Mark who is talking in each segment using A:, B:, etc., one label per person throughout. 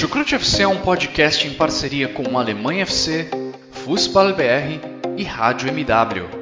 A: Chucrute FC é um podcast em parceria com Alemanha FC, Fußball BR e Rádio MW.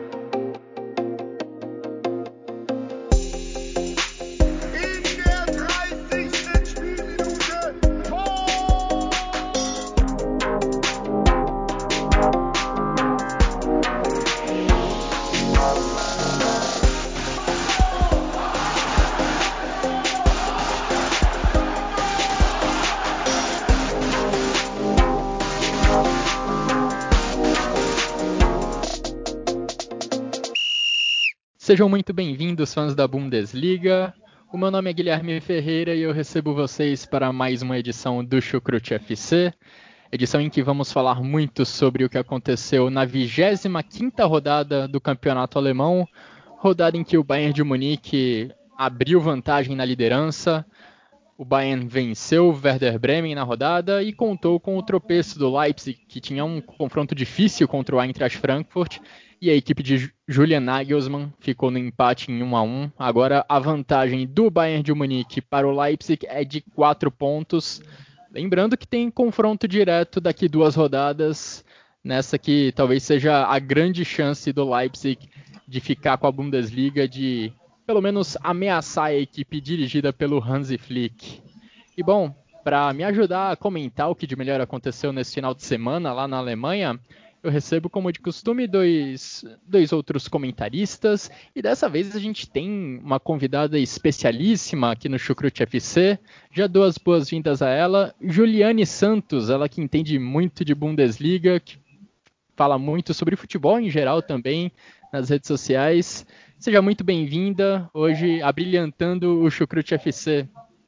B: Sejam muito bem-vindos, fãs da Bundesliga. O meu nome é Guilherme Ferreira e eu recebo vocês para mais uma edição do Chucrute FC, edição em que vamos falar muito sobre o que aconteceu na 25ª rodada do campeonato alemão, rodada em que o Bayern de Munique abriu vantagem na liderança. O Bayern venceu o Werder Bremen na rodada e contou com o tropeço do Leipzig, que tinha um confronto difícil contra o Eintracht Frankfurt, e a equipe de Julian Nagelsmann ficou no empate em 1-1. Agora a vantagem do Bayern de Munique para o Leipzig é de 4 pontos. Lembrando que tem confronto direto daqui 2 rodadas, nessa que talvez seja a grande chance do Leipzig de ficar com a Bundesliga, de pelo menos ameaçar a equipe dirigida pelo Hansi Flick. E bom, para me ajudar a comentar o que de melhor aconteceu nesse final de semana lá na Alemanha, eu recebo, como de costume, dois outros comentaristas, e dessa vez a gente tem uma convidada especialíssima aqui no Chucrute FC. Já dou as boas-vindas a ela, Juliane Santos, ela que entende muito de Bundesliga, que fala muito sobre futebol em geral também nas redes sociais. Seja muito bem-vinda, hoje abrilhantando o Chucrute FC.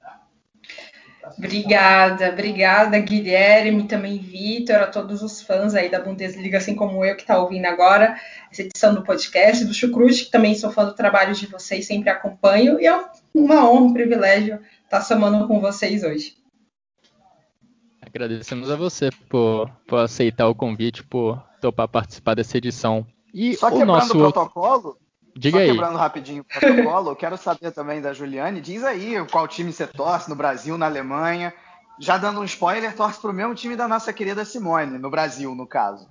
C: Obrigada, Guilherme, também Vitor, a todos os fãs aí da Bundesliga, assim como eu que está ouvindo agora essa edição do podcast do Chucrute, que também sou fã do trabalho de vocês, sempre acompanho, e é uma honra, um privilégio estar somando com vocês hoje.
B: Agradecemos a você por aceitar o convite, por topar participar dessa edição. E
D: Só quebrando o protocolo,
B: Diga aí.
D: Quebrando rapidinho o protocolo, eu quero saber também da Juliane. Diz aí qual time você torce no Brasil, na Alemanha. Já dando um spoiler, torce para o mesmo time da nossa querida Simone, no Brasil, no caso.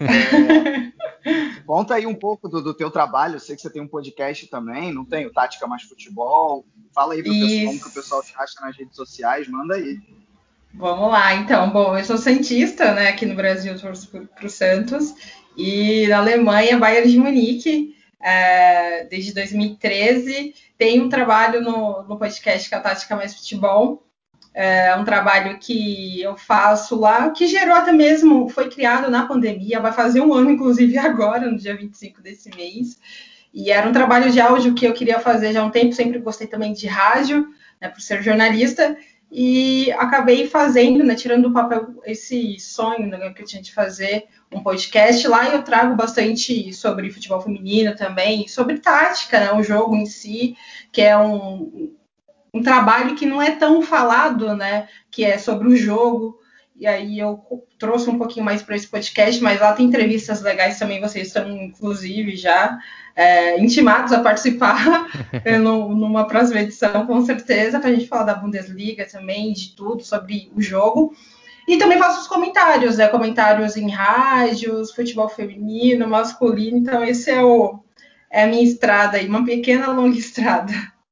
D: Conta aí um pouco do teu trabalho. Eu sei que você tem um podcast também, não tem? O Tática Mais Futebol. Fala aí pro pessoal, como que o pessoal te acha nas redes sociais, manda aí.
C: Vamos lá, então. Bom, eu sou santista, né? Aqui no Brasil eu torço pro Santos. E na Alemanha, Bayern de Munique. Desde 2013, tem um trabalho no podcast que é a Tática Mais Futebol. É um trabalho que eu faço lá, que gerou até mesmo, foi criado na pandemia, vai fazer um ano, inclusive, agora, no dia 25 desse mês. E era um trabalho de áudio que eu queria fazer já há um tempo, sempre gostei também de rádio, né, por ser jornalista, e acabei fazendo, né, tirando do papel esse sonho, né, que eu tinha de fazer um podcast lá, e eu trago bastante sobre futebol feminino também, sobre tática, né, o jogo em si, que é um trabalho que não é tão falado, né, que é sobre o jogo, e aí eu trouxe um pouquinho mais para esse podcast, mas lá tem entrevistas legais também, vocês estão, inclusive, já intimados a participar numa próxima edição, com certeza, para a gente falar da Bundesliga também, de tudo, sobre o jogo. E também faço os comentários, né? Comentários em rádios, futebol feminino, masculino. Então, esse é a minha estrada aí, uma pequena, longa estrada.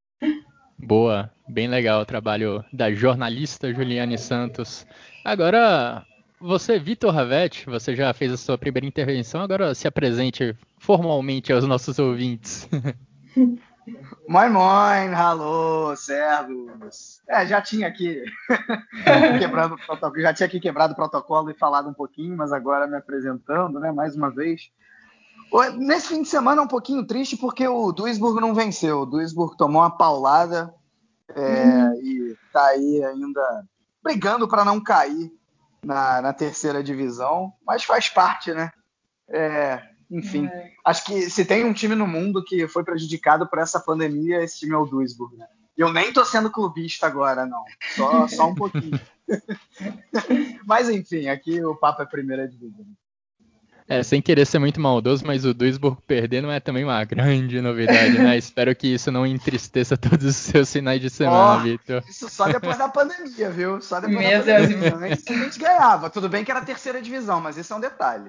B: Boa, bem legal o trabalho da jornalista Juliane Santos. Agora, você, Vitor Ravetti, você já fez a sua primeira intervenção, agora se apresente formalmente aos nossos ouvintes.
D: Moin, moin, alô, servus. Já tinha aqui quebrando o protocolo, já tinha aqui quebrado o protocolo e falado um pouquinho, mas agora me apresentando, né, mais uma vez. Nesse fim de semana é um pouquinho triste porque o Duisburg não venceu. O Duisburg tomou uma paulada e tá aí ainda brigando para não cair na terceira divisão, mas faz parte, né? Enfim, acho que se tem um time no mundo que foi prejudicado por essa pandemia, esse time é o Duisburg, né? Eu nem tô sendo clubista agora, não. Só um pouquinho. Mas enfim, aqui o papo é primeira divisão.
B: Sem querer ser muito maldoso, mas o Duisburg perder não é também uma grande novidade, né? Espero que isso não entristeça todos os seus finais de semana, Vitor.
D: Isso só depois da pandemia, viu? Só depois
C: Meu
D: da pandemia.
C: Deus.
D: Antes a gente ganhava. Tudo bem que era a terceira divisão, mas isso é um detalhe.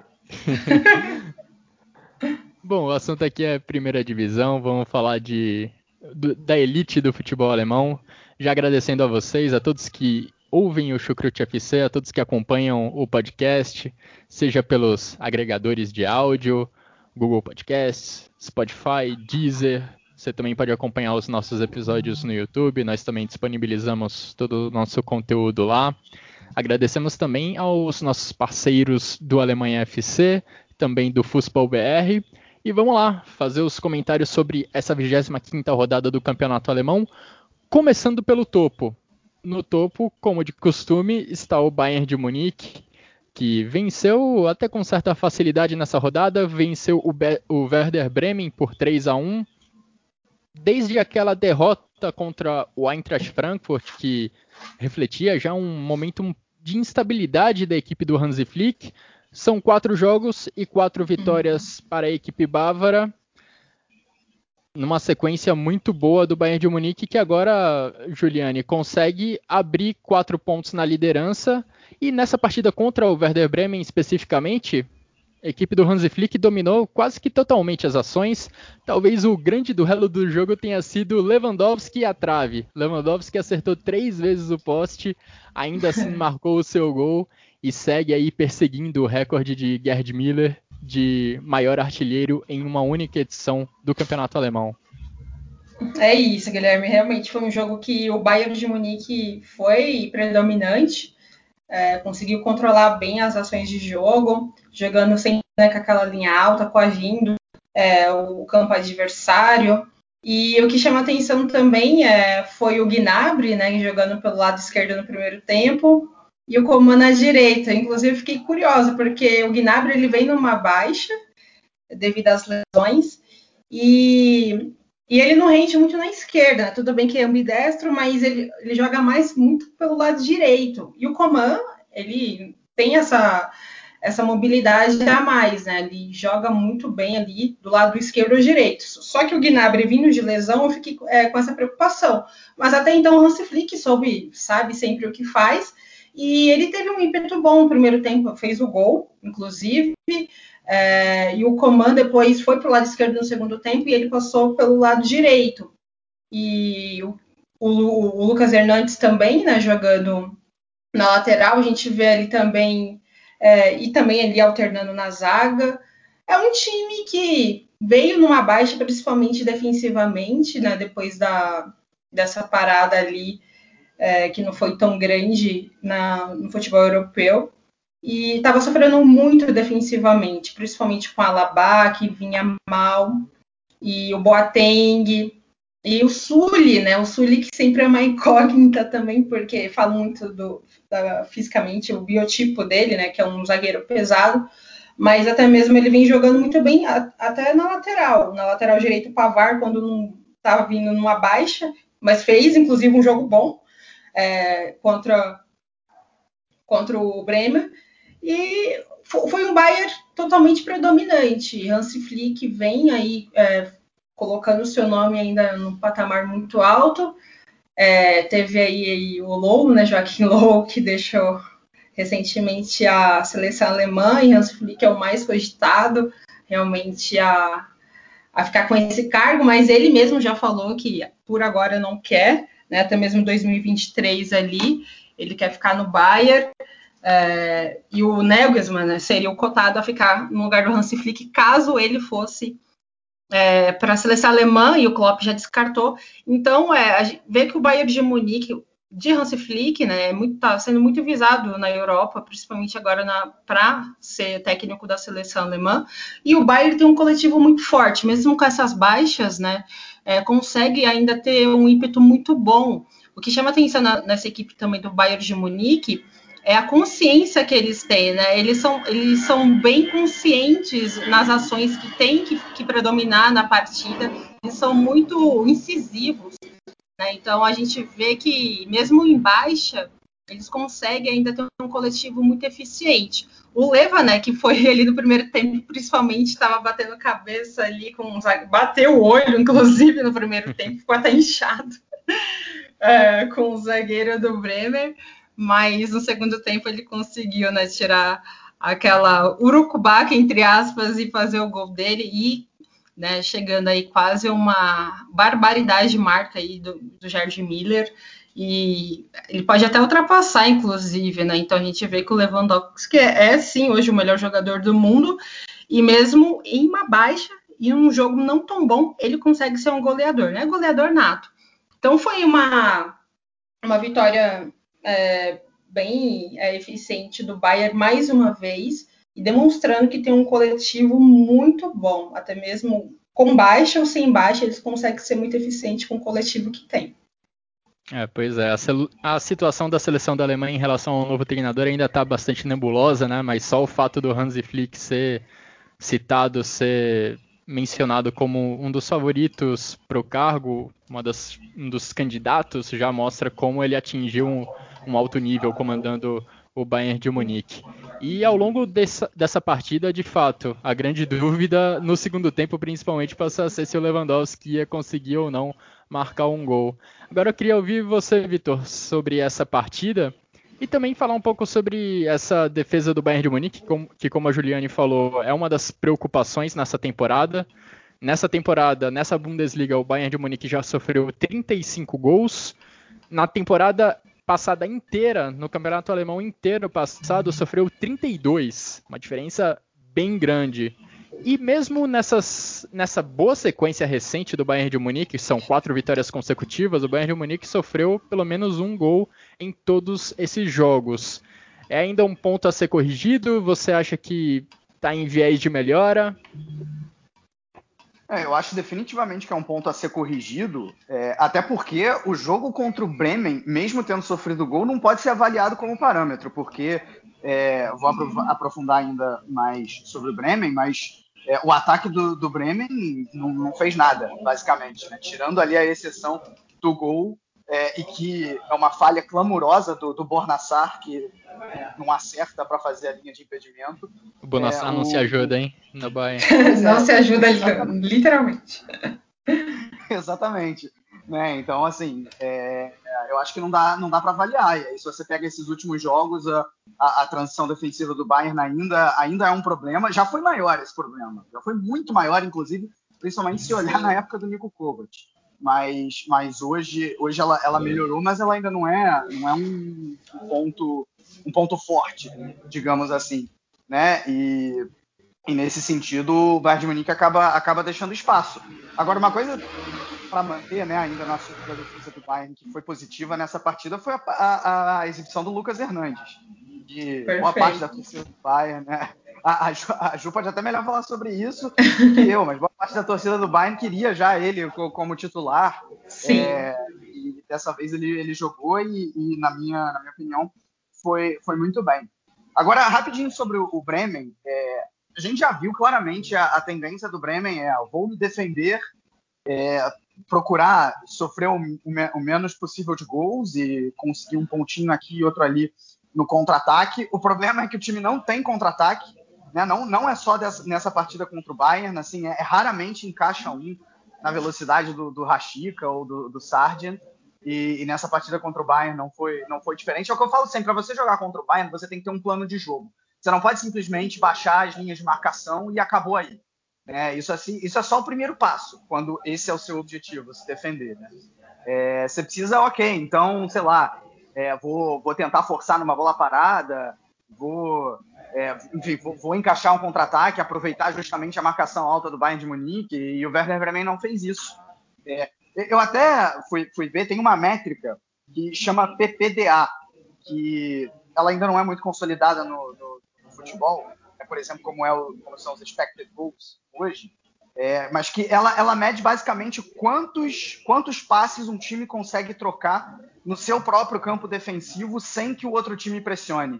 B: Bom, o assunto aqui é primeira divisão, vamos falar da elite do futebol alemão. Já agradecendo a vocês, a todos que ouvem o Chucrute FC, a todos que acompanham o podcast, seja pelos agregadores de áudio, Google Podcasts, Spotify, Deezer. Você também pode acompanhar os nossos episódios no YouTube, nós também disponibilizamos todo o nosso conteúdo lá. Agradecemos também aos nossos parceiros do Alemanha FC, também do Fußball BR. E vamos lá, fazer os comentários sobre essa 25ª rodada do Campeonato Alemão, começando pelo topo. No topo, como de costume, está o Bayern de Munique, que venceu até com certa facilidade nessa rodada, venceu o Werder Bremen por 3-1. Desde aquela derrota contra o Eintracht Frankfurt, que refletia já um momento de instabilidade da equipe do Hansi Flick, são 4 jogos e 4 vitórias para a equipe bávara, numa sequência muito boa do Bayern de Munique, que agora, Juliane, consegue abrir 4 pontos na liderança. E nessa partida contra o Werder Bremen especificamente, a equipe do Hansi Flick dominou quase que totalmente as ações. Talvez o grande duelo do jogo tenha sido Lewandowski e a trave. Lewandowski acertou 3 vezes o poste, ainda assim marcou o seu gol e segue aí perseguindo o recorde de Gerd Müller de maior artilheiro em uma única edição do Campeonato Alemão.
C: É isso, Guilherme. Realmente foi um jogo que o Bayern de Munique foi predominante, conseguiu controlar bem as ações de jogo, jogando sempre, né, com aquela linha alta, coagindo o campo adversário. E o que chama atenção também foi o Gnabry, né, jogando pelo lado esquerdo no primeiro tempo, e o Coman na direita. Inclusive, fiquei curiosa, porque o Gnabry ele vem numa baixa devido às lesões, e ele não rende muito na esquerda. Tudo bem que é ambidestro, mas ele joga mais muito pelo lado direito. E o Coman, ele tem essa mobilidade a mais, né? Ele joga muito bem ali do lado esquerdo ou direito. Só que o Gnabry vindo de lesão, eu fiquei com essa preocupação. Mas até então o Hansi Flick sabe sempre o que faz. E ele teve um ímpeto bom no primeiro tempo, fez o gol, inclusive. E o Coman depois foi para o lado esquerdo no segundo tempo e ele passou pelo lado direito. E o Lucas Hernandes também, né, jogando na lateral, a gente vê ali também, e também ali alternando na zaga. É um time que veio numa baixa, principalmente defensivamente, né, depois dessa parada ali, que não foi tão grande no futebol europeu. E estava sofrendo muito defensivamente, principalmente com a Alaba, que vinha mal, e o Boateng, e o Sully, né? O Sully que sempre é uma incógnita também, porque fala muito fisicamente, o biotipo dele, né? Que é um zagueiro pesado, mas até mesmo ele vem jogando muito bem, até na lateral direito, o Pavard, quando não estava vindo numa baixa, mas fez, inclusive, um jogo bom contra o Bremen. E foi um Bayern totalmente predominante. Hansi Flick vem aí colocando o seu nome ainda num patamar muito alto. Teve aí o Low, né, Joachim Low, que deixou recentemente a seleção alemã, e Hansi Flick é o mais cogitado realmente a ficar com esse cargo, mas ele mesmo já falou que por agora não quer, né, até mesmo 2023 ali, ele quer ficar no Bayern. E o Nagelsmann, né, seria o cotado a ficar no lugar do Hansi Flick caso ele fosse para a seleção alemã, e o Klopp já descartou. Então, a gente vê que o Bayern de Munique, de Hansi Flick, né, está sendo muito visado na Europa, principalmente agora para ser técnico da seleção alemã. E o Bayern tem um coletivo muito forte, mesmo com essas baixas, né, consegue ainda ter um ímpeto muito bom. O que chama atenção nessa equipe também do Bayern de Munique é a consciência que eles têm, né? Eles são bem conscientes nas ações que têm que predominar na partida, eles são muito incisivos, né? Então a gente vê que, mesmo em baixa, eles conseguem ainda ter um coletivo muito eficiente. O Leva, né, que foi ali no primeiro tempo, principalmente, estava batendo cabeça ali com bateu o olho, inclusive, no primeiro tempo, ficou até inchado com o zagueiro do Bremer, mas no segundo tempo ele conseguiu, né, tirar aquela urucubaca, entre aspas, e fazer o gol dele e, né, chegando aí quase uma barbaridade de marca aí do Jardim Miller, e ele pode até ultrapassar, inclusive, né? Então a gente vê que o Lewandowski é sim hoje o melhor jogador do mundo, e mesmo em uma baixa e um jogo não tão bom, ele consegue ser um goleador, né? Goleador nato. Então foi uma vitória bem eficiente do Bayern mais uma vez, e demonstrando que tem um coletivo muito bom, até mesmo com baixa ou sem baixa, eles conseguem ser muito eficientes com o coletivo que tem.
B: Pois é, a situação da seleção da Alemanha em relação ao novo treinador ainda está bastante nebulosa, né? Mas só o fato do Hansi Flick ser citado, ser mencionado como um dos favoritos para o cargo, um dos candidatos, já mostra como ele atingiu um alto nível comandando o Bayern de Munique. E ao longo dessa partida, de fato, a grande dúvida no segundo tempo, principalmente, passou a ser se o Lewandowski ia conseguir ou não marcar um gol. Agora eu queria ouvir você, Vitor, sobre essa partida e também falar um pouco sobre essa defesa do Bayern de Munique, que como a Juliane falou, é uma das preocupações nessa temporada. Nessa Bundesliga, o Bayern de Munique já sofreu 35 gols. Na temporada passada inteira, no campeonato alemão inteiro passado, sofreu 32, uma diferença bem grande. E mesmo nessa boa sequência recente do Bayern de Munique, são 4 vitórias consecutivas, o Bayern de Munique sofreu pelo menos um gol em todos esses jogos. É ainda um ponto a ser corrigido? Você acha que está em viés de melhora?
D: Eu acho definitivamente que é um ponto a ser corrigido, até porque o jogo contra o Bremen, mesmo tendo sofrido gol, não pode ser avaliado como parâmetro, porque vou aprofundar ainda mais sobre o Bremen, mas o ataque do Bremen não fez nada, basicamente, né? Tirando ali a exceção do gol, e que é uma falha clamorosa do Bornassar, que não acerta para fazer a linha de impedimento.
B: O Bonassar não se ajuda, hein, no Bayern.
C: Não se ajuda, literalmente.
D: Exatamente. Né? Então, assim, eu acho que não dá para avaliar. E aí, se você pega esses últimos jogos, a transição defensiva do Bayern ainda é um problema. Já foi maior esse problema. Já foi muito maior, inclusive, principalmente se olhar na época do Niko Kovac. Mas hoje ela melhorou, mas ela ainda não é um ponto forte, digamos assim. Né? E nesse sentido, o Bayern de Munique acaba deixando espaço. Agora, uma coisa para manter, né, ainda na assunto da defesa do Bayern, que foi positiva nessa partida, foi a exibição do Lucas Hernandes. De boa parte da torcida do Bayern, né? A Ju pode até melhor falar sobre isso que eu, mas boa parte da torcida do Bayern queria já ele como titular.
C: Sim.
D: E dessa vez ele jogou e na minha opinião, foi muito bem. Agora, rapidinho sobre o Bremen, a gente já viu claramente a tendência do Bremen vou me defender, procurar sofrer o menos possível de gols e conseguir um pontinho aqui e outro ali no contra-ataque. O problema é que o time não tem contra-ataque, né? Não é só nessa partida contra o Bayern, assim, raramente encaixa um na velocidade do Rashica ou do Sargent, e nessa partida contra o Bayern não foi diferente. É o que eu falo sempre, para você jogar contra o Bayern, você tem que ter um plano de jogo. Você não pode simplesmente baixar as linhas de marcação e acabou aí. Isso é só o primeiro passo, quando esse é o seu objetivo, se defender. Né? Você precisa, então, sei lá, vou tentar forçar numa bola parada, vou encaixar um contra-ataque, aproveitar justamente a marcação alta do Bayern de Munique, e o Werder Bremen não fez isso. Eu até fui ver, tem uma métrica que chama PPDA, que ela ainda não é muito consolidada no futebol, por exemplo, como são os expected goals hoje, mas que ela mede basicamente quantos passes um time consegue trocar no seu próprio campo defensivo sem que o outro time pressione.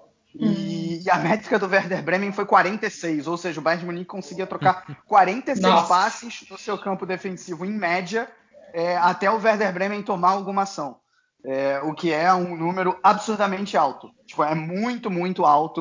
D: E a métrica do Werder Bremen foi 46, ou seja, o Bayern de Munique conseguia trocar 46 passes no seu campo defensivo, em média, até o Werder Bremen tomar alguma ação. O que é um número absurdamente alto. Tipo, é muito, muito alto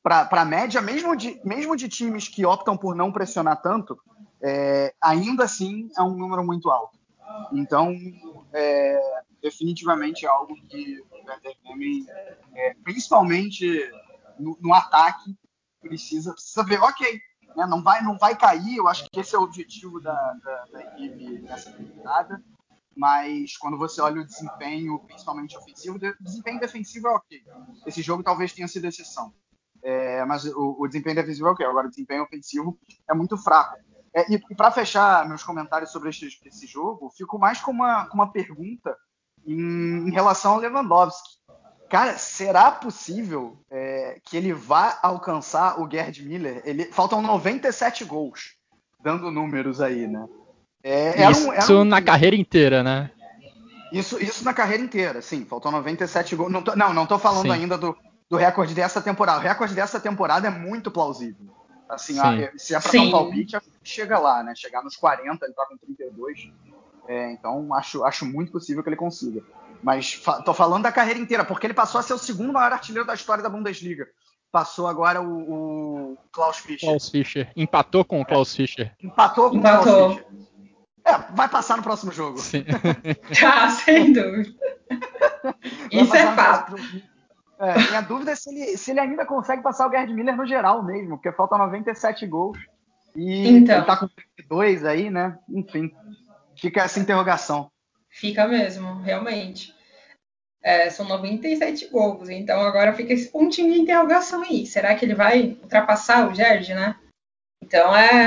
D: para a média, mesmo de times que optam por não pressionar tanto, ainda assim é um número muito alto. Então, definitivamente é algo que o Werder Bremen, principalmente no ataque, precisa ver, ok, né, não vai cair, eu acho que esse é o objetivo da equipe nessa temporada, mas quando você olha o desempenho, principalmente ofensivo, o desempenho defensivo é ok. Esse jogo talvez tenha sido exceção. Mas o desempenho defensivo é ok, agora o desempenho ofensivo é muito fraco. E para fechar meus comentários sobre esse jogo, fico mais com uma pergunta em relação ao Lewandowski. Cara, será possível que ele vá alcançar o Gerd Müller? Faltam 97 gols, dando números aí, né?
B: Isso na carreira inteira, né?
D: Isso na carreira inteira, sim. Faltam 97 gols. Não tô falando ainda do recorde dessa temporada. O recorde dessa temporada é muito plausível. Assim, se é para dar um palpite, chega lá, né? Chegar nos 40, ele tá com 32. Então, acho muito possível que ele consiga. Mas tô falando da carreira inteira, porque ele passou a ser o segundo maior artilheiro da história da Bundesliga. Passou agora o Klaus Fischer.
B: Empatou com o Klaus Fischer.
D: Empatou com o Klaus Fischer. Vai passar no próximo jogo.
B: Sim.
C: Sem dúvida. Isso é fato.
D: Minha dúvida é se ele ainda consegue passar o Gerd Müller no geral mesmo, porque faltam 97 gols. E ele tá com 32 aí, né? Enfim, fica essa interrogação.
C: Fica mesmo, realmente. São 97 gols, então agora fica esse pontinho de interrogação aí. Será que ele vai ultrapassar o Gerd, né? Então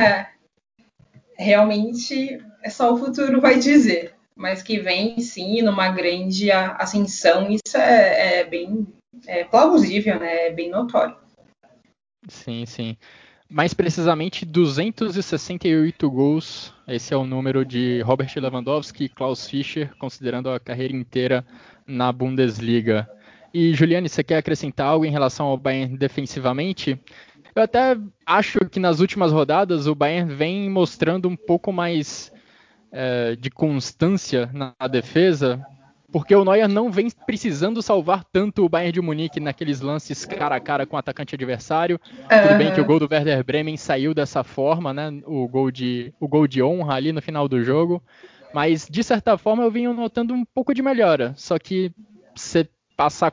C: realmente só o futuro vai dizer. Mas que vem, sim, numa grande ascensão, isso é bem plausível, né? É bem notório.
B: Sim, sim. Mais precisamente, 268 gols. Esse é o número de Robert Lewandowski e Klaus Fischer, considerando a carreira inteira na Bundesliga. E, Juliane, você quer acrescentar algo em relação ao Bayern defensivamente? Eu até acho que nas últimas rodadas o Bayern vem mostrando um pouco mais de constância na defesa, porque o Neuer não vem precisando salvar tanto o Bayern de Munique naqueles lances cara a cara com o atacante adversário. Tudo bem que o gol do Werder Bremen saiu dessa forma, né? O gol de honra ali no final do jogo. Mas, de certa forma, eu venho notando um pouco de melhora. Só que você passar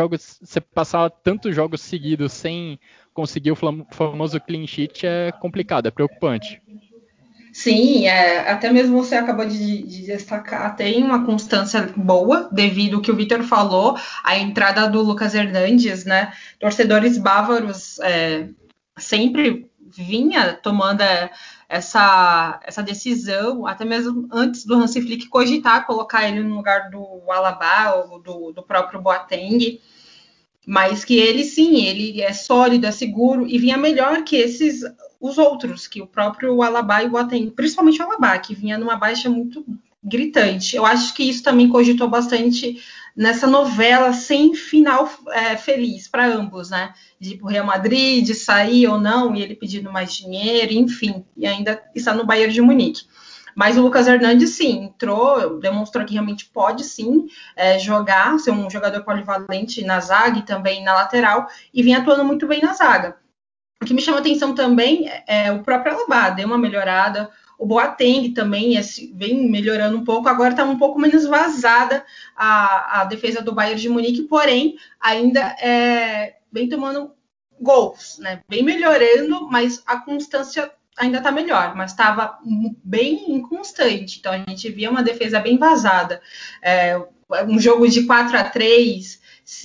B: tantos jogos seguidos sem conseguir o famoso clean sheet é complicado, é preocupante.
C: Sim, até mesmo você acabou de destacar, tem uma constância boa, devido ao que o Vitor falou, a entrada do Lucas Hernandes, né? Torcedores bávaros sempre vinha tomando essa decisão, até mesmo antes do Hansi Flick cogitar colocar ele no lugar do Alaba ou do próprio Boateng. Mas que ele é sólido, é seguro e vinha melhor que os outros, que o próprio Alaba e o Boateng, principalmente o Alaba, que vinha numa baixa muito gritante. Eu acho que isso também cogitou bastante nessa novela sem final feliz para ambos, né? De ir pro Real Madrid, de sair ou não, e ele pedindo mais dinheiro, enfim, e ainda está no Bayern de Munique. Mas o Lucas Hernandes, sim, entrou, demonstrou que realmente pode, sim, jogar, ser um jogador polivalente na zaga e também na lateral, e vem atuando muito bem na zaga. O que me chama atenção também é o próprio Alaba, deu uma melhorada, o Boateng também vem melhorando um pouco, agora está um pouco menos vazada a defesa do Bayern de Munique, porém, ainda vem tomando gols, né? Vem melhorando, mas a constância ainda está melhor, mas estava bem inconstante. Então a gente via uma defesa bem vazada. Um jogo de 4-3,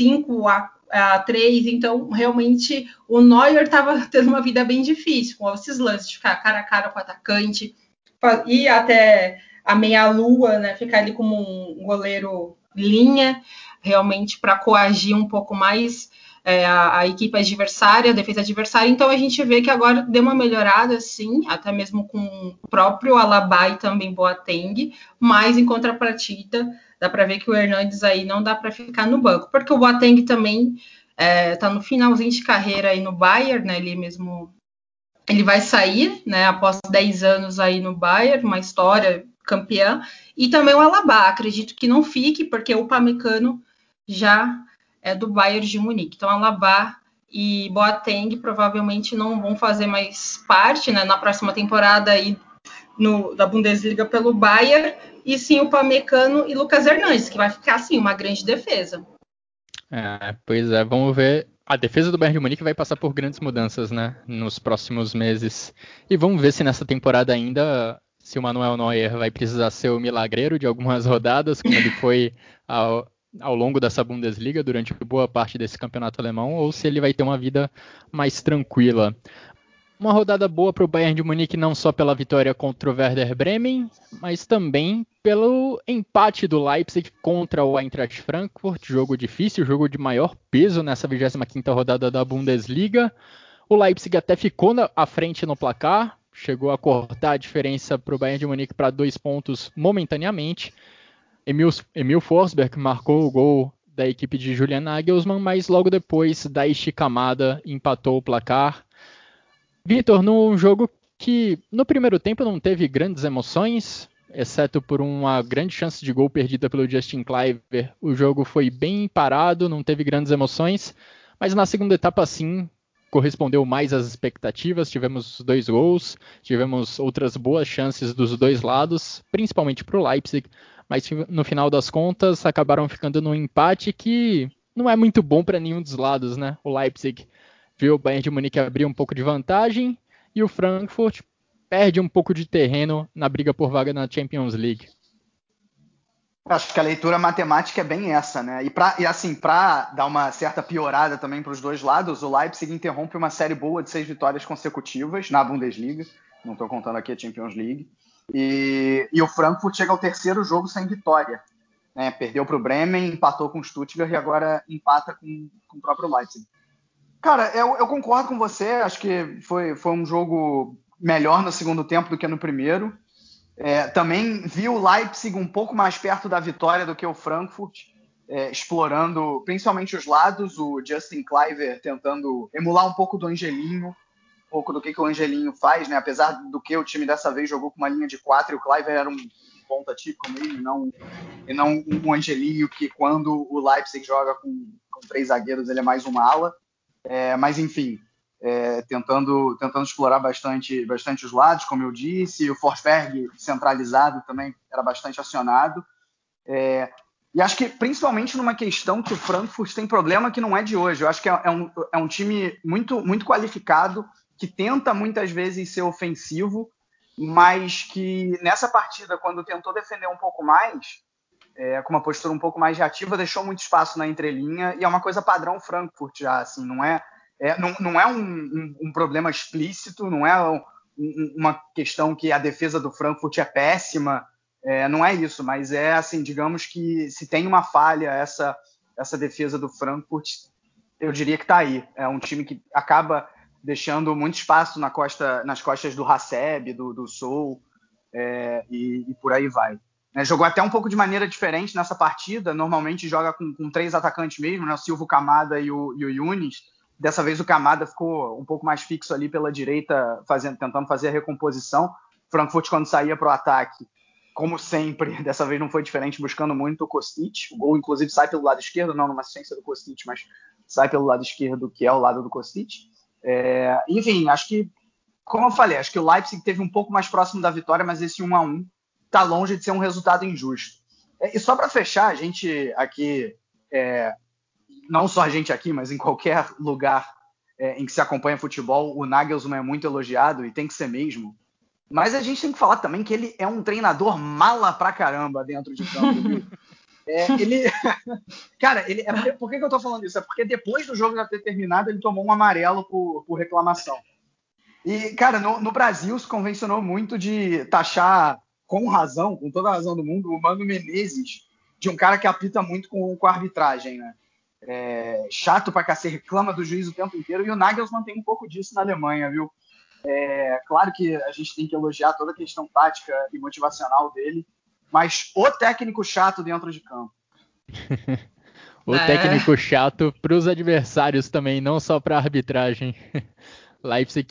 C: 5-3, então realmente o Neuer estava tendo uma vida bem difícil, com esses lances de ficar cara a cara com o atacante, e até a meia-lua, né, ficar ali como um goleiro linha, realmente para coagir um pouco mais a equipe adversária, a defesa adversária. Então a gente vê que agora deu uma melhorada, sim, até mesmo com o próprio Alaba e também Boateng, mas em contrapartida dá para ver que o Hernandes aí não dá para ficar no banco, porque o Boateng também está no finalzinho de carreira aí no Bayern, né? Ele vai sair, né, após 10 anos aí no Bayern, uma história campeã, e também o Alaba, acredito que não fique, porque o Upamecano já é do Bayern de Munique. Então, Alaba e Boateng provavelmente não vão fazer mais parte, né, na próxima temporada aí da Bundesliga pelo Bayern, e sim o Pamecano e Lucas Hernandes, que vai ficar assim uma grande defesa.
B: Pois é, vamos ver. A defesa do Bayern de Munique vai passar por grandes mudanças, né, nos próximos meses. E vamos ver se nessa temporada ainda, se o Manuel Neuer vai precisar ser o milagreiro de algumas rodadas, como ele foi ao longo dessa Bundesliga, durante boa parte desse campeonato alemão, ou se ele vai ter uma vida mais tranquila. Uma rodada boa para o Bayern de Munique, não só pela vitória contra o Werder Bremen, mas também pelo empate do Leipzig contra o Eintracht Frankfurt. Jogo difícil, jogo de maior peso nessa 25ª rodada da Bundesliga. O Leipzig até ficou à frente no placar, chegou a cortar a diferença para o Bayern de Munique para 2 pontos momentaneamente. Emil Forsberg marcou o gol da equipe de Julian Nagelsmann, mas logo depois Daichi Kamada empatou o placar. Vitor, num jogo que no primeiro tempo não teve grandes emoções, exceto por uma grande chance de gol perdida pelo Justin Kluivert, o jogo foi bem parado, não teve grandes emoções, mas na segunda etapa sim, correspondeu mais às expectativas, tivemos 2 gols, tivemos outras boas chances dos dois lados, principalmente para o Leipzig, mas no final das contas acabaram ficando num empate que não é muito bom para nenhum dos lados, né? O Leipzig viu o Bayern de Munique abrir um pouco de vantagem e o Frankfurt perde um pouco de terreno na briga por vaga na Champions League.
D: Acho que a leitura matemática é bem essa, né? E assim, para dar uma certa piorada também para os dois lados, o Leipzig interrompe uma série boa de 6 vitórias consecutivas na Bundesliga, não estou contando aqui a Champions League, e o Frankfurt chega ao 3º jogo sem vitória, né? Perdeu para o Bremen, empatou com o Stuttgart e agora empata com o próprio Leipzig. Cara, eu concordo com você, acho que foi um jogo melhor no segundo tempo do que no primeiro. Também vi o Leipzig um pouco mais perto da vitória do que o Frankfurt, explorando principalmente os lados, o Justin Kluivert tentando emular um pouco do Angelinho, um pouco do que o Angelinho faz, né? Apesar do que o time dessa vez jogou com uma linha de 4 e o Kluivert era um ponta típico mesmo, e não um Angelinho que quando o Leipzig joga com 3 zagueiros ele é mais uma ala. Mas enfim, tentando explorar bastante os lados, como eu disse, o Forsberg centralizado também era bastante acionado. E acho que principalmente numa questão que o Frankfurt tem problema que não é de hoje. Eu acho que é um time muito, muito qualificado, que tenta muitas vezes ser ofensivo, mas que nessa partida, quando tentou defender um pouco mais, com uma postura um pouco mais reativa, deixou muito espaço na entrelinha, e é uma coisa padrão Frankfurt já, assim, não é um problema explícito, não é uma questão que a defesa do Frankfurt é péssima, não é isso, mas assim, digamos que se tem uma falha essa defesa do Frankfurt, eu diria que está aí. É um time que acaba deixando muito espaço nas costas do Haseb, do Soul, e por aí vai. Jogou até um pouco de maneira diferente nessa partida. Normalmente joga com 3 atacantes mesmo, né? O Silva, Kamada e o Younes. Dessa vez o Kamada ficou um pouco mais fixo ali pela direita, tentando fazer a recomposição. Frankfurt, quando saía para o ataque, como sempre, dessa vez não foi diferente, buscando muito o Kostic. O gol, inclusive, sai pelo lado esquerdo, não numa assistência do Kostic, mas sai pelo lado esquerdo, que é o lado do Kostic. Enfim, acho que, como eu falei, acho que o Leipzig teve um pouco mais próximo da vitória, mas esse 1-1 está longe de ser um resultado injusto. E só para fechar, a gente aqui, não só a gente aqui, mas em qualquer lugar em que se acompanha futebol, o Nagelsmann é muito elogiado e tem que ser mesmo. Mas a gente tem que falar também que ele é um treinador mala pra caramba dentro de campo, viu? Cara, por que eu tô falando isso? É porque depois do jogo já ter terminado, ele tomou um amarelo por reclamação. E, cara, no Brasil se convencionou muito de taxar com razão, com toda a razão do mundo, o Mano Menezes de um cara que apita muito com a arbitragem, né? Chato pra cacete, reclama do juiz o tempo inteiro, e o Nagelsmann tem um pouco disso na Alemanha, viu? Claro que a gente tem que elogiar toda a questão tática e motivacional dele, mas o técnico chato dentro de campo.
B: O técnico chato para os adversários também, não só para a arbitragem. Leipzig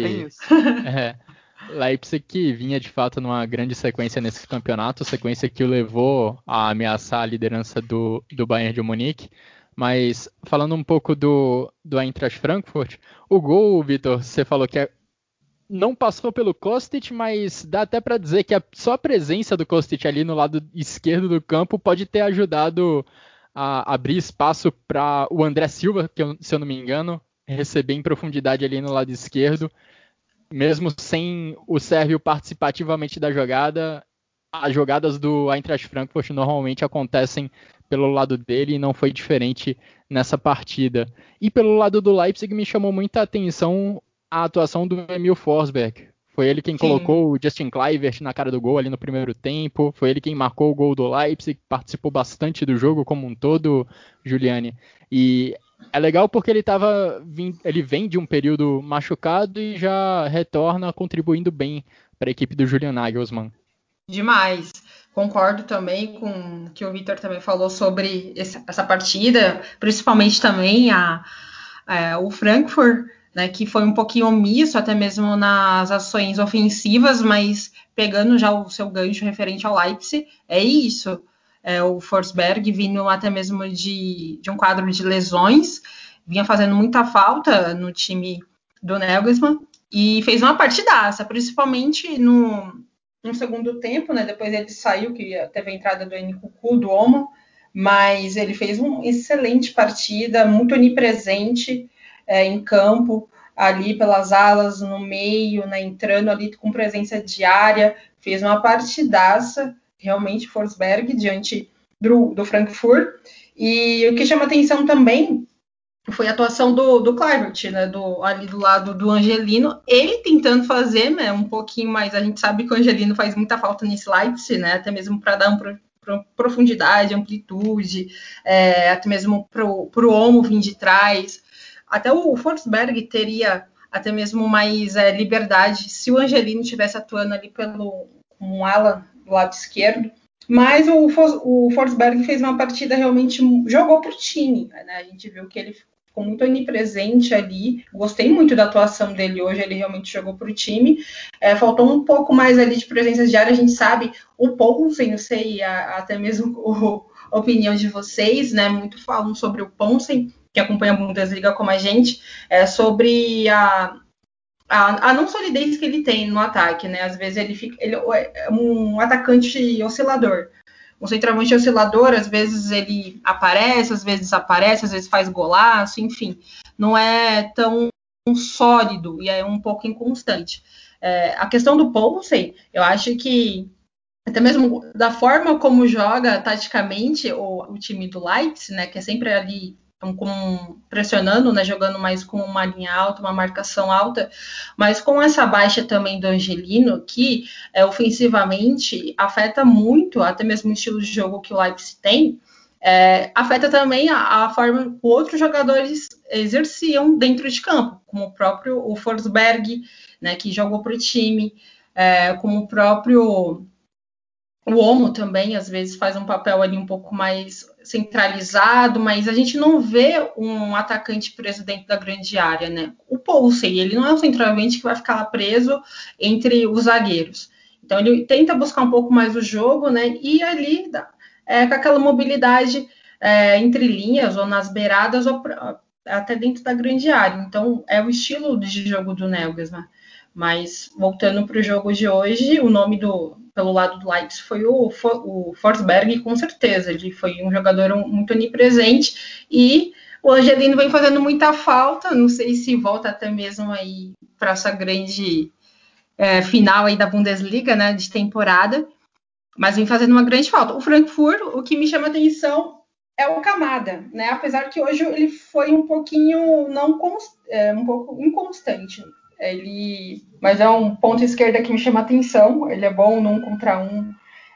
B: que vinha de fato numa grande sequência nesse campeonato, sequência que o levou a ameaçar a liderança do Bayern de Munique, Mas falando um pouco do Eintracht Frankfurt, o gol, Vitor, você falou que não passou pelo Kostic, mas dá até para dizer que só a presença do Kostic ali no lado esquerdo do campo pode ter ajudado a abrir espaço para o André Silva, que se eu não me engano, receber em profundidade ali no lado esquerdo. Mesmo sem o Sérvio participar ativamente da jogada, as jogadas do Eintracht Frankfurt normalmente acontecem pelo lado dele e não foi diferente nessa partida. E pelo lado do Leipzig me chamou muita atenção a atuação do Emil Forsberg. Foi ele quem colocou o Justin Kluivert na cara do gol ali no primeiro tempo, foi ele quem marcou o gol do Leipzig, participou bastante do jogo como um todo, Juliane. E é legal porque ele vem de um período machucado e já retorna contribuindo bem para a equipe do Julian Nagelsmann.
C: Demais. Concordo também com o que o Vitor também falou sobre essa partida, principalmente também o Frankfurt, né, que foi um pouquinho omisso até mesmo nas ações ofensivas, mas pegando já o seu gancho referente ao Leipzig, é isso. O Forsberg vindo até mesmo de um quadro de lesões, vinha fazendo muita falta no time do Nagelsmann e fez uma partidaça, principalmente no segundo tempo, né? Depois ele saiu, que teve a entrada do Nkunku, do Omo, mas ele fez uma excelente partida, muito onipresente em campo, ali pelas alas, no meio, né? Entrando ali com presença diária, fez uma partidaça, realmente, Forsberg, diante do Frankfurt. E o que chama atenção também foi a atuação do Kluivert, né, ali do lado do Angelino, ele tentando fazer, né, um pouquinho mais, a gente sabe que o Angelino faz muita falta nesse Leipzig, né, até mesmo para dar profundidade, amplitude, até mesmo para o Omo vir de trás. Até o Forsberg teria até mesmo mais liberdade se o Angelino estivesse atuando ali como um ala do lado esquerdo. Mas o Forsberg fez uma partida realmente, jogou para o time, né? A gente viu que ele ficou muito onipresente ali. Gostei muito da atuação dele hoje, ele realmente jogou para o time. Faltou um pouco mais ali de presença diária, a gente sabe. O Poulsen, não sei até mesmo a opinião de vocês, né? Muito falam sobre o Poulsen, que acompanha a Bundesliga como a gente, sobre a não solidez que ele tem no ataque, né? Às vezes ele é um atacante oscilador. Um centroavante oscilador, às vezes ele aparece, às vezes desaparece, às vezes faz golaço, enfim. Não é tão sólido e é um pouco inconstante. A questão do Poulsen, eu acho que até mesmo da forma como joga taticamente o time do Leipzig, né, que é sempre ali pressionando, né, jogando mais com uma linha alta, uma marcação alta, mas com essa baixa também do Angelino, que ofensivamente afeta muito, até mesmo o estilo de jogo que o Leipzig tem, afeta também a forma que outros jogadores exerciam dentro de campo, como o próprio Forsberg, né, que jogou para o time, como o próprio o Omo também, às vezes, faz um papel ali um pouco mais centralizado, mas a gente não vê um atacante preso dentro da grande área, né? O Poulsen, ele não é um centroavante que vai ficar lá preso entre os zagueiros. Então, ele tenta buscar um pouco mais o jogo, né? E ali, com aquela mobilidade entre linhas, ou nas beiradas, ou até dentro da grande área. Então, é o estilo de jogo do Nagelsmann. Mas, voltando para o jogo de hoje, o nome pelo lado do Leipzig foi o Forsberg, com certeza. Ele foi um jogador muito onipresente e o Angelino vem fazendo muita falta. Não sei se volta até mesmo aí para essa grande final aí da Bundesliga, né, de temporada, mas vem fazendo uma grande falta. O Frankfurt, o que me chama atenção é o Kamada, né? Apesar que hoje ele foi um pouquinho um pouco inconstante. Mas é um ponto esquerda que me chama atenção. Ele é bom no 1 contra 1.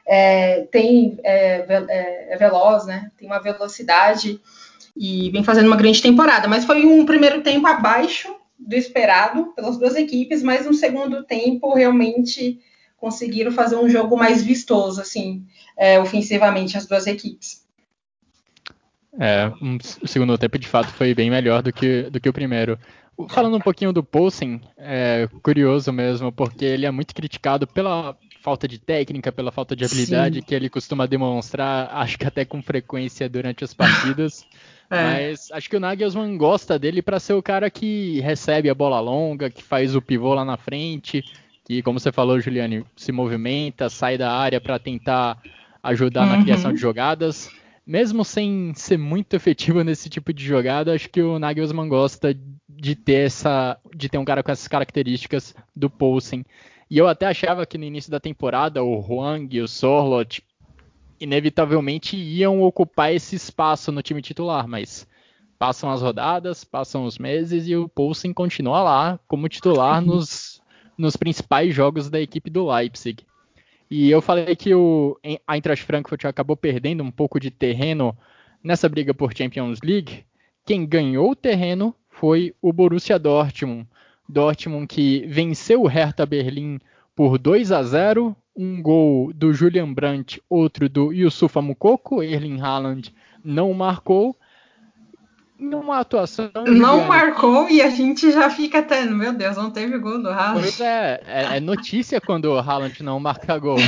C: É veloz, né? Tem uma velocidade e vem fazendo uma grande temporada. Mas foi um primeiro tempo abaixo do esperado pelas duas equipes, mas no segundo tempo realmente conseguiram fazer um jogo mais vistoso, assim, ofensivamente, as duas equipes.
B: O segundo tempo de fato foi bem melhor do que o primeiro. Falando um pouquinho do Poulsen, é curioso mesmo, porque ele é muito criticado pela falta de técnica, pela falta de habilidade que ele costuma demonstrar, acho que até com frequência durante as partidas. Mas acho que o Nagelsmann gosta dele para ser o cara que recebe a bola longa, que faz o pivô lá na frente, que, como você falou, Juliane, se movimenta, sai da área para tentar ajudar na criação de jogadas. Mesmo sem ser muito efetivo nesse tipo de jogada, acho que o Nagelsmann gosta de ter um cara com essas características do Poulsen. E eu até achava que no início da temporada o Hwang e o Sorloth inevitavelmente iam ocupar esse espaço no time titular, mas passam as rodadas, passam os meses e o Poulsen continua lá como titular nos principais jogos da equipe do Leipzig. E eu falei que o Eintracht Frankfurt acabou perdendo um pouco de terreno nessa briga por Champions League. Quem ganhou o terreno foi o Borussia Dortmund. Dortmund que venceu o Hertha Berlim por 2-0, um gol do Julian Brandt, outro do Youssoufa Moukoko. Erling Haaland não marcou. Numa atuação...
C: Não marcou e a gente já fica até, meu Deus, não teve gol do Haaland.
B: Pois é notícia quando o Haaland não marca gol.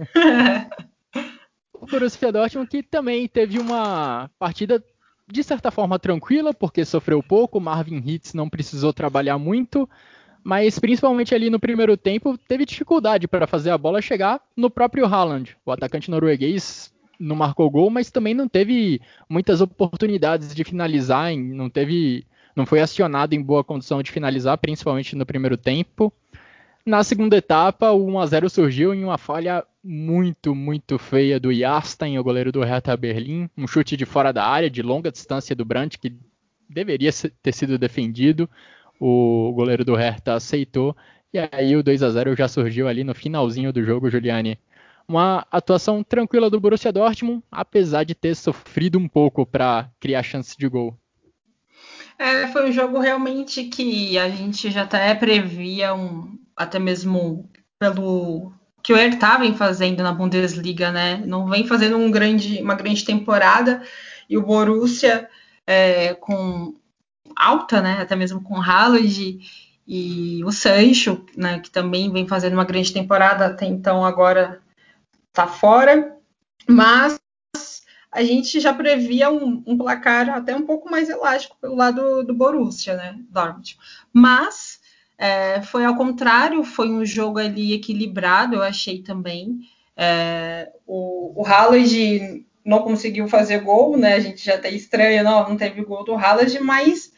B: O Borussia Dortmund que também teve uma partida de certa forma tranquila, porque sofreu pouco, Marvin Hitz não precisou trabalhar muito, mas principalmente ali no primeiro tempo teve dificuldade para fazer a bola chegar no próprio Haaland. O atacante norueguês não marcou gol, mas também não teve muitas oportunidades de finalizar, não foi acionado em boa condição de finalizar, principalmente no primeiro tempo. Na segunda etapa, o 1-0 surgiu em uma falha muito, muito feia do Jarstein, o goleiro do Hertha Berlim. Um chute de fora da área, de longa distância do Brandt, que deveria ter sido defendido. O goleiro do Hertha aceitou. E aí o 2-0 já surgiu ali no finalzinho do jogo, Juliane. Uma atuação tranquila do Borussia Dortmund, apesar de ter sofrido um pouco para criar chance de gol.
C: Foi um jogo realmente que a gente já até previa, até mesmo pelo que o Hertha vem fazendo na Bundesliga, né? Não vem fazendo uma grande temporada, e o Borussia com alta, né? Até mesmo com Haaland e o Sancho, né? Que também vem fazendo uma grande temporada, até então agora tá fora, mas a gente já previa um placar até um pouco mais elástico pelo lado do Borussia, né, Dortmund. Mas foi ao contrário, foi um jogo ali equilibrado, eu achei também. O Haaland não conseguiu fazer gol, né? A gente já até estranha, não teve gol do Haaland, mas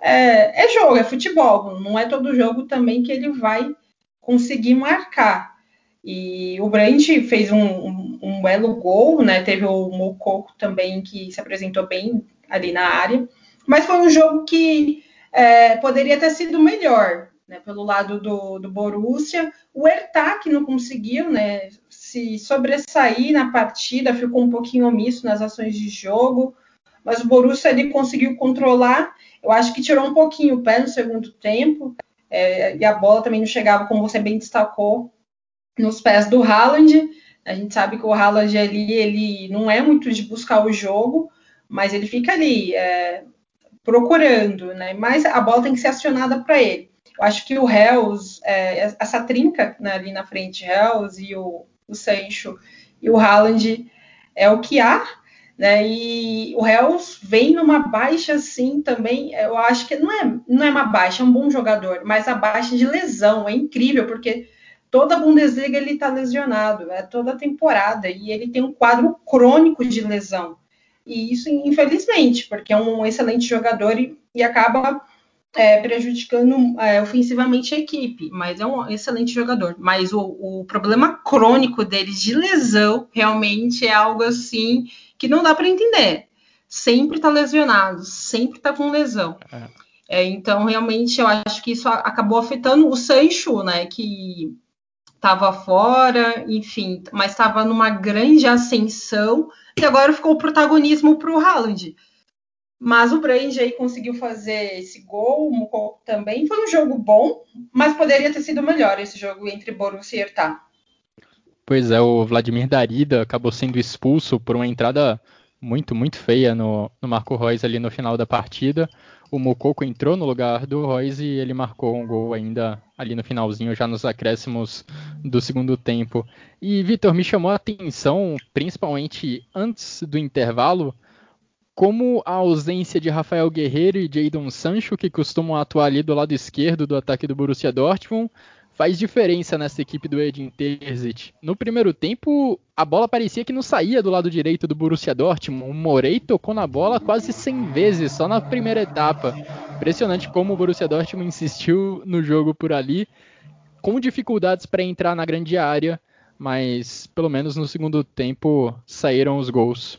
C: é jogo, é futebol. Não é todo jogo também que ele vai conseguir marcar. E o Brandt fez um belo gol, né? Teve o Moukoko também, que se apresentou bem ali na área. Mas foi um jogo que poderia ter sido melhor, né? Pelo lado do Borussia. O Hertha, que não conseguiu, né, se sobressair na partida, ficou um pouquinho omisso nas ações de jogo. Mas o Borussia ele conseguiu controlar. Eu acho que tirou um pouquinho o pé no segundo tempo. E a bola também não chegava, como você bem destacou, nos pés do Haaland. A gente sabe que o Haaland ali, ele não é muito de buscar o jogo, mas ele fica ali procurando, né? Mas a bola tem que ser acionada para ele. Eu acho que o Hells, essa trinca, né, ali na frente, Hells e o Sancho e o Haaland, é o que há, né? E o Hells vem numa baixa assim também. Eu acho que não é uma baixa, é um bom jogador, mas a baixa de lesão é incrível, porque toda a Bundesliga ele está lesionado, toda a temporada, e ele tem um quadro crônico de lesão. E isso, infelizmente, porque é um excelente jogador e acaba prejudicando ofensivamente a equipe, mas é um excelente jogador. Mas o problema crônico deles de lesão realmente é algo assim que não dá para entender. Sempre está lesionado, sempre está com lesão. Então, realmente, eu acho que isso acabou afetando o Sancho, né, que estava fora, enfim, mas estava numa grande ascensão e agora ficou o protagonismo para o Haaland. Mas o Brandt aí conseguiu fazer esse gol, o Moukoko também. Foi um jogo bom, mas poderia ter sido melhor esse jogo entre Borussia e Hertha.
B: Pois é, o Vladimir Darida acabou sendo expulso por uma entrada muito, muito feia no Marco Reus ali no final da partida. O Moukoko entrou no lugar do Reus e ele marcou um gol ainda ali no finalzinho, já nos acréscimos do segundo tempo. E, Vitor, me chamou a atenção, principalmente antes do intervalo, como a ausência de Rafael Guerreiro e Jadon Sancho, que costumam atuar ali do lado esquerdo do ataque do Borussia Dortmund, faz diferença nessa equipe do Edin Terzic. No primeiro tempo, a bola parecia que não saía do lado direito do Borussia Dortmund. O Morey tocou na bola quase 100 vezes só na primeira etapa. Impressionante como o Borussia Dortmund insistiu no jogo por ali, com dificuldades para entrar na grande área, mas pelo menos no segundo tempo saíram os gols.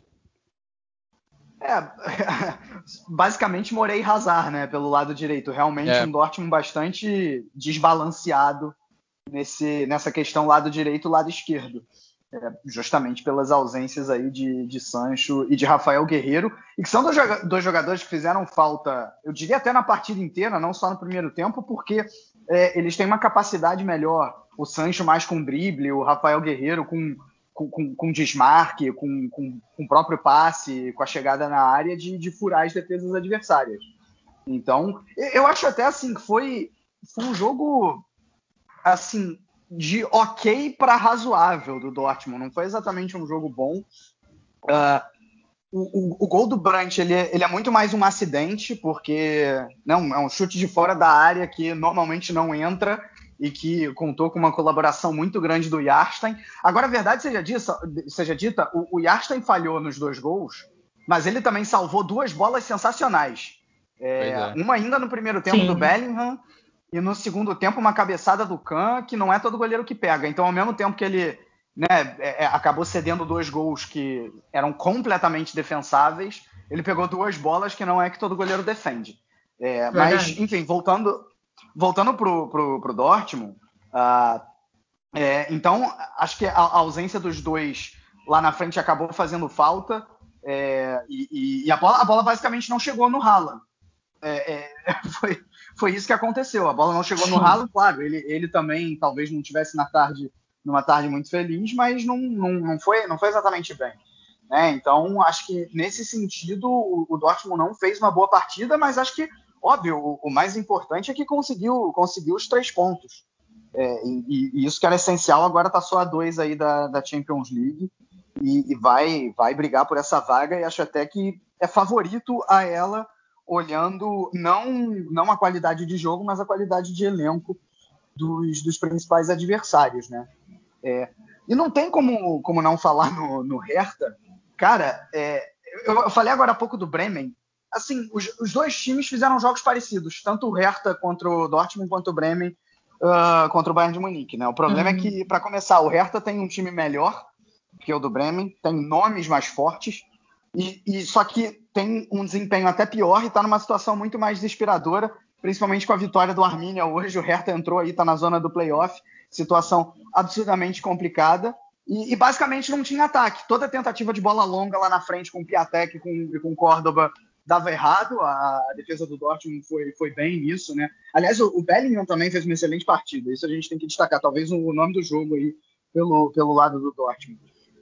D: Basicamente Morey e Hazard, né, pelo lado direito. Realmente um Dortmund bastante desbalanceado nessa questão lado direito e lado esquerdo. Justamente pelas ausências aí de Sancho e de Rafael Guerreiro, e que são dois jogadores que fizeram falta, eu diria até na partida inteira, não só no primeiro tempo, porque eles têm uma capacidade melhor. O Sancho mais com drible, o Rafael Guerreiro com desmarque, com o próprio passe, com a chegada na área de furar as defesas adversárias. Então, eu acho até assim que foi um jogo assim de ok para razoável do Dortmund. Não foi exatamente um jogo bom. O gol do Brandt ele é muito mais um acidente, porque não, é um chute de fora da área que normalmente não entra e que contou com uma colaboração muito grande do Jarstein. Agora, a verdade seja dita, o Jarstein falhou nos 2 gols, mas ele também salvou 2 bolas sensacionais. Uma ainda no primeiro tempo do Bellingham e no segundo tempo uma cabeçada do Kahn, que não é todo goleiro que pega. Então, ao mesmo tempo que ele acabou cedendo 2 gols que eram completamente defensáveis, ele pegou 2 bolas que não é que todo goleiro defende. Mas, enfim, voltando pro Dortmund, então acho que a ausência dos dois lá na frente acabou fazendo falta, e a bola basicamente não chegou no Haaland. Foi isso que aconteceu. A bola não chegou no Haaland, claro, ele também talvez não tivesse numa tarde muito feliz, mas não foi exatamente bem. Então, acho que nesse sentido o Dortmund não fez uma boa partida, mas acho que, óbvio, o mais importante é que conseguiu os 3 pontos. E isso que era essencial, agora está só a 2 aí da Champions League e vai brigar por essa vaga, e acho até que é favorito a ela, olhando não a qualidade de jogo, mas a qualidade de elenco dos principais adversários, né? E não tem como não falar no Hertha. Cara, eu falei agora há pouco do Bremen. Assim, os 2 times fizeram jogos parecidos, tanto o Hertha contra o Dortmund quanto o Bremen contra o Bayern de Munique, né? O problema é que, para começar, o Hertha tem um time melhor que o do Bremen, tem nomes mais fortes, e só que tem um desempenho até pior e está numa situação muito mais desesperadora, principalmente com a vitória do Arminia hoje. O Hertha entrou aí, está na zona do playoff, situação absurdamente complicada, e basicamente não tinha ataque. Toda tentativa de bola longa lá na frente com o Piatek e com o Córdoba dava errado. A defesa do Dortmund foi bem nisso, né? Aliás, o Bellingham também fez uma excelente partida, isso a gente tem que destacar, talvez o nome do jogo aí pelo lado do Dortmund.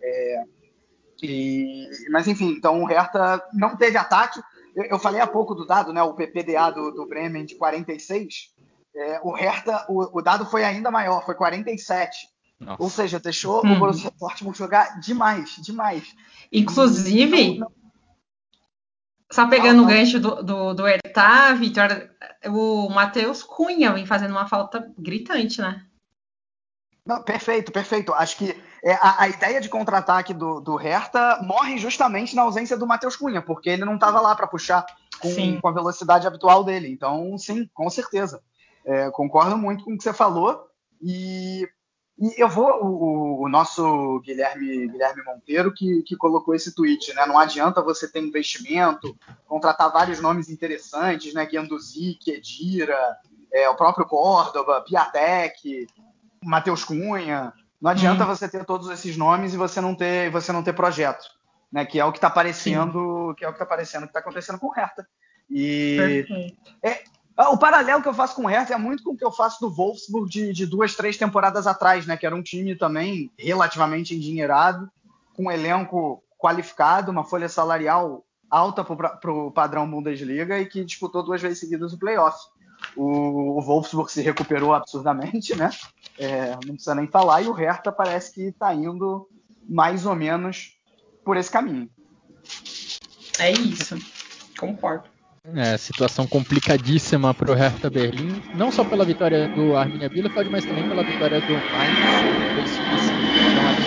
D: Mas enfim, então o Hertha não teve ataque. Eu falei há pouco do dado, né? O PPDA do Bremen de 46. O Hertha, o dado foi ainda maior, foi 47. Nossa. Ou seja, deixou o Borussia Dortmund jogar demais.
C: Inclusive, só pegando o gancho do Hertha, Vitor, o Matheus Cunha vem fazendo uma falta gritante, né?
D: Não, perfeito. Acho que a ideia de contra-ataque do Hertha morre justamente na ausência do Matheus Cunha, porque ele não estava lá para puxar com a velocidade habitual dele. Então, sim, com certeza. Concordo muito com o que você falou. E eu vou, o nosso Guilherme Monteiro que colocou esse tweet, né? Não adianta você ter investimento, contratar vários nomes interessantes, né? Guendouzi, Khedira, o próprio Córdoba, Piatek, Matheus Cunha. Não adianta você ter todos esses nomes e você não ter projeto, né? Que é o que está aparecendo, que está acontecendo com o Hertha. E o paralelo que eu faço com o Hertha é muito com o que eu faço do Wolfsburg de 2, 3 temporadas atrás, né? Que era um time também relativamente endinheirado, com um elenco qualificado, uma folha salarial alta para o padrão Bundesliga e que disputou 2 vezes seguidas o playoff. O Wolfsburg se recuperou absurdamente, né? Não precisa nem falar, e o Hertha parece que está indo mais ou menos por esse caminho.
C: É isso, concordo.
B: Situação complicadíssima para o Hertha Berlim, não só pela vitória do Arminia Bielefeld, mas também pela vitória do Mainz. Dois times que estão ali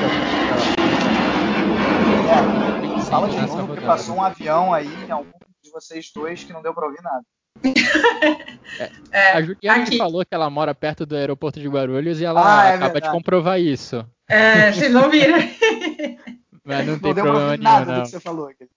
B: na briga.
D: Fala de novo, porque passou um avião aí em algum de vocês dois que não deu para ouvir nada.
B: A Juliana me falou que ela mora perto do aeroporto de Guarulhos e ela acaba de comprovar isso.
C: Vocês não viram.
B: Mas não tem
D: deu
B: problema
D: pra ouvir
B: nenhum,
D: nada
B: não.
D: do que você falou aqui.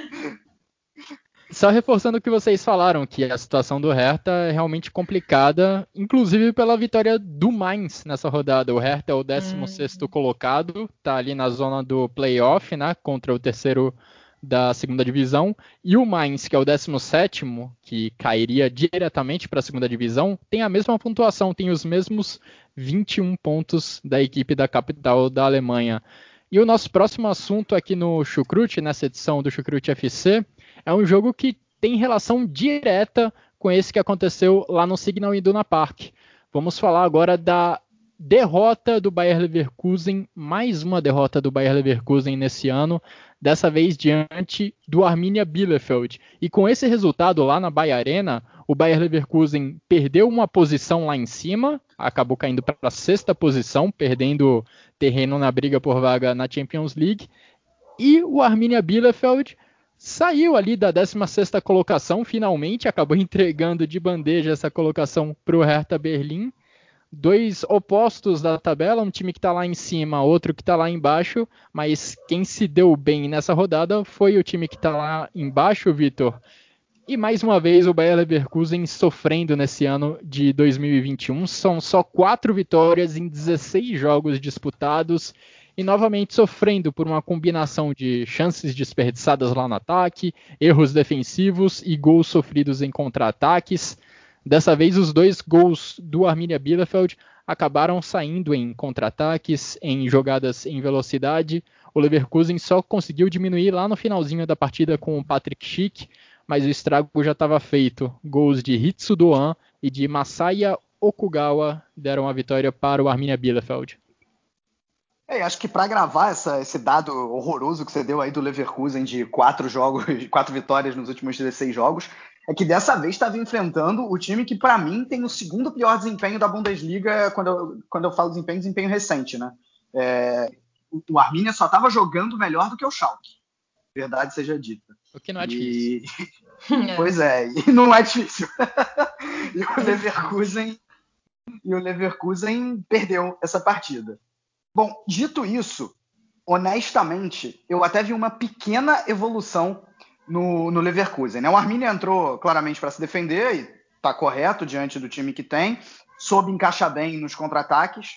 B: Só reforçando o que vocês falaram, que a situação do Hertha é realmente complicada, inclusive pela vitória do Mainz nessa rodada. O Hertha é o 16º colocado, está ali na zona do playoff, né, contra o terceiro da segunda divisão, e o Mainz, que é o 17º, que cairia diretamente para a segunda divisão, tem a mesma pontuação, tem os mesmos 21 pontos da equipe da capital da Alemanha. E o nosso próximo assunto aqui no Chucrute, nessa edição do Chucrute FC, é um jogo que tem relação direta com esse que aconteceu lá no Signal Iduna Park. Vamos falar agora da derrota do Bayer Leverkusen, mais uma derrota do Bayer Leverkusen nesse ano, dessa vez diante do Arminia Bielefeld. E com esse resultado lá na Bayer Arena, o Bayer Leverkusen perdeu uma posição lá em cima, acabou caindo para a 6ª posição, perdendo terreno na briga por vaga na Champions League, e o Arminia Bielefeld saiu ali da 16ª colocação, finalmente acabou entregando de bandeja essa colocação para o Hertha Berlim. 2 opostos da tabela, um time que está lá em cima, outro que está lá embaixo, mas quem se deu bem nessa rodada foi o time que está lá embaixo, Vitor. E mais uma vez o Bayer Leverkusen sofrendo nesse ano de 2021, são só 4 vitórias em 16 jogos disputados, e novamente sofrendo por uma combinação de chances desperdiçadas lá no ataque, erros defensivos e gols sofridos em contra-ataques. Dessa vez, os 2 gols do Arminia Bielefeld acabaram saindo em contra-ataques, em jogadas em velocidade. O Leverkusen só conseguiu diminuir lá no finalzinho da partida com o Patrick Schick, mas o estrago já estava feito. Gols de Hitsu Doan e de Masaya Okugawa deram a vitória para o Arminia Bielefeld.
D: Acho que para gravar esse dado horroroso que você deu aí do Leverkusen de 4 vitórias nos últimos 16 jogos, é que dessa vez estava enfrentando o time que, para mim, tem o 2º pior desempenho da Bundesliga quando eu falo desempenho recente, né? O Arminia só estava jogando melhor do que o Schalke, verdade seja dita.
B: O que não é difícil.
D: Pois é, e não é difícil. E o Leverkusen perdeu essa partida. Bom, dito isso, honestamente, eu até vi uma pequena evolução no Leverkusen, né? O Arminia entrou claramente para se defender e está correto diante do time que tem, soube encaixar bem nos contra-ataques,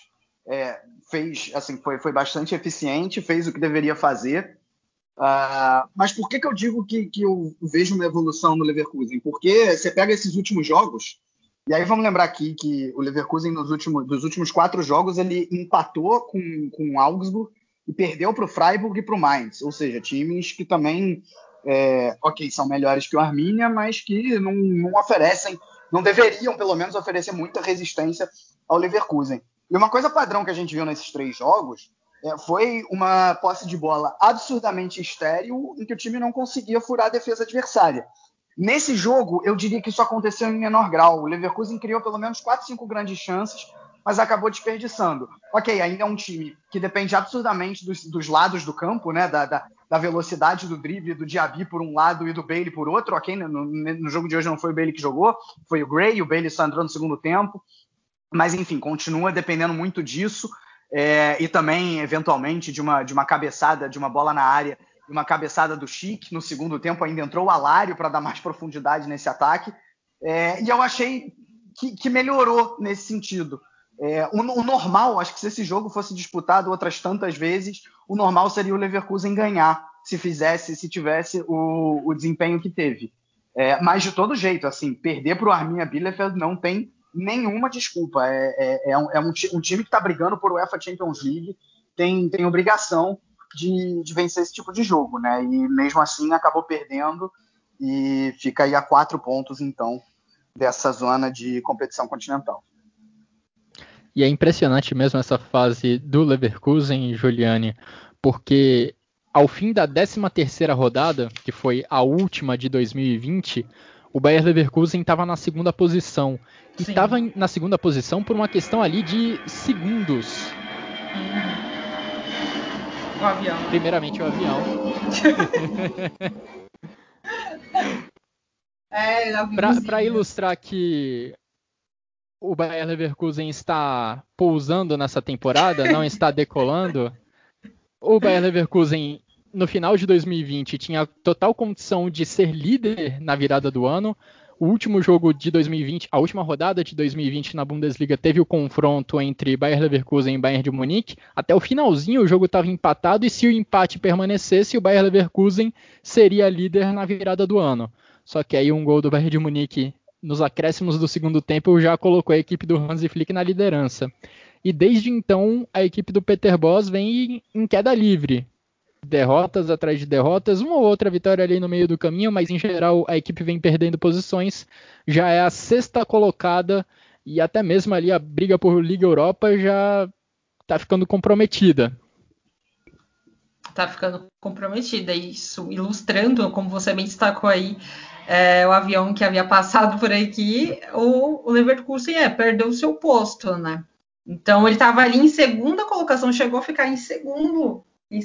D: foi bastante eficiente, fez o que deveria fazer. Mas por que eu digo que eu vejo uma evolução no Leverkusen? Porque você pega esses últimos jogos, e aí vamos lembrar aqui que o Leverkusen dos últimos 4 jogos ele empatou com o Augsburg e perdeu para o Freiburg e para o Mainz, ou seja, times que também são melhores que o Arminia, mas que não oferecem, não deveriam pelo menos oferecer muita resistência ao Leverkusen. E uma coisa padrão que a gente viu nesses 3 jogos foi uma posse de bola absurdamente estéril em que o time não conseguia furar a defesa adversária. Nesse jogo, eu diria que isso aconteceu em menor grau. O Leverkusen criou pelo menos 4, 5 grandes chances, mas acabou desperdiçando. Ainda é um time que depende absurdamente dos lados do campo, né? Da velocidade do drible do Diaby por um lado e do Bailey por outro. No jogo de hoje não foi o Bailey que jogou, foi o Gray, o Bailey só entrou no segundo tempo. Mas, enfim, continua dependendo muito disso. E também, eventualmente, de uma cabeçada, de uma bola na área, uma cabeçada do Schick. No segundo tempo ainda entrou o Alário para dar mais profundidade nesse ataque. E eu achei que melhorou nesse sentido. O normal, acho que se esse jogo fosse disputado outras tantas vezes, o normal seria o Leverkusen ganhar, se tivesse o desempenho que teve. Mas de todo jeito, assim, perder para o Arminia Bielefeld não tem nenhuma desculpa. Um time que está brigando por UEFA Champions League, tem obrigação de vencer esse tipo de jogo, né? E mesmo assim acabou perdendo e fica aí a 4 pontos, então, dessa zona de competição continental.
B: E é impressionante mesmo essa fase do Leverkusen, Juliane, porque ao fim da 13ª rodada, que foi a última de 2020, o Bayer Leverkusen estava na segunda posição. E estava na segunda posição por uma questão ali de segundos.
C: O avião.
B: Primeiramente o avião. Para ilustrar que o Bayer Leverkusen está pousando nessa temporada, não está decolando, o Bayer Leverkusen no final de 2020 tinha total condição de ser líder na virada do ano. O último jogo de 2020, a última rodada de 2020 na Bundesliga teve o confronto entre Bayer Leverkusen e Bayern de Munique. Até o finalzinho o jogo estava empatado e se o empate permanecesse, o Bayer Leverkusen seria líder na virada do ano. Só que aí um gol do Bayern de Munique nos acréscimos do segundo tempo já colocou a equipe do Hansi Flick na liderança. E desde então a equipe do Peter Bosz vem em queda livre. Derrotas atrás de derrotas, uma ou outra vitória ali no meio do caminho, mas em geral a equipe vem perdendo posições, já é a 6ª colocada e até mesmo ali a briga por Liga Europa já tá ficando comprometida.
C: Tá ficando comprometida, isso ilustrando, como você bem destacou aí, o avião que havia passado por aqui, o Leverkusen perdeu o seu posto, né? Então ele estava ali em segunda colocação, chegou a ficar em segundo,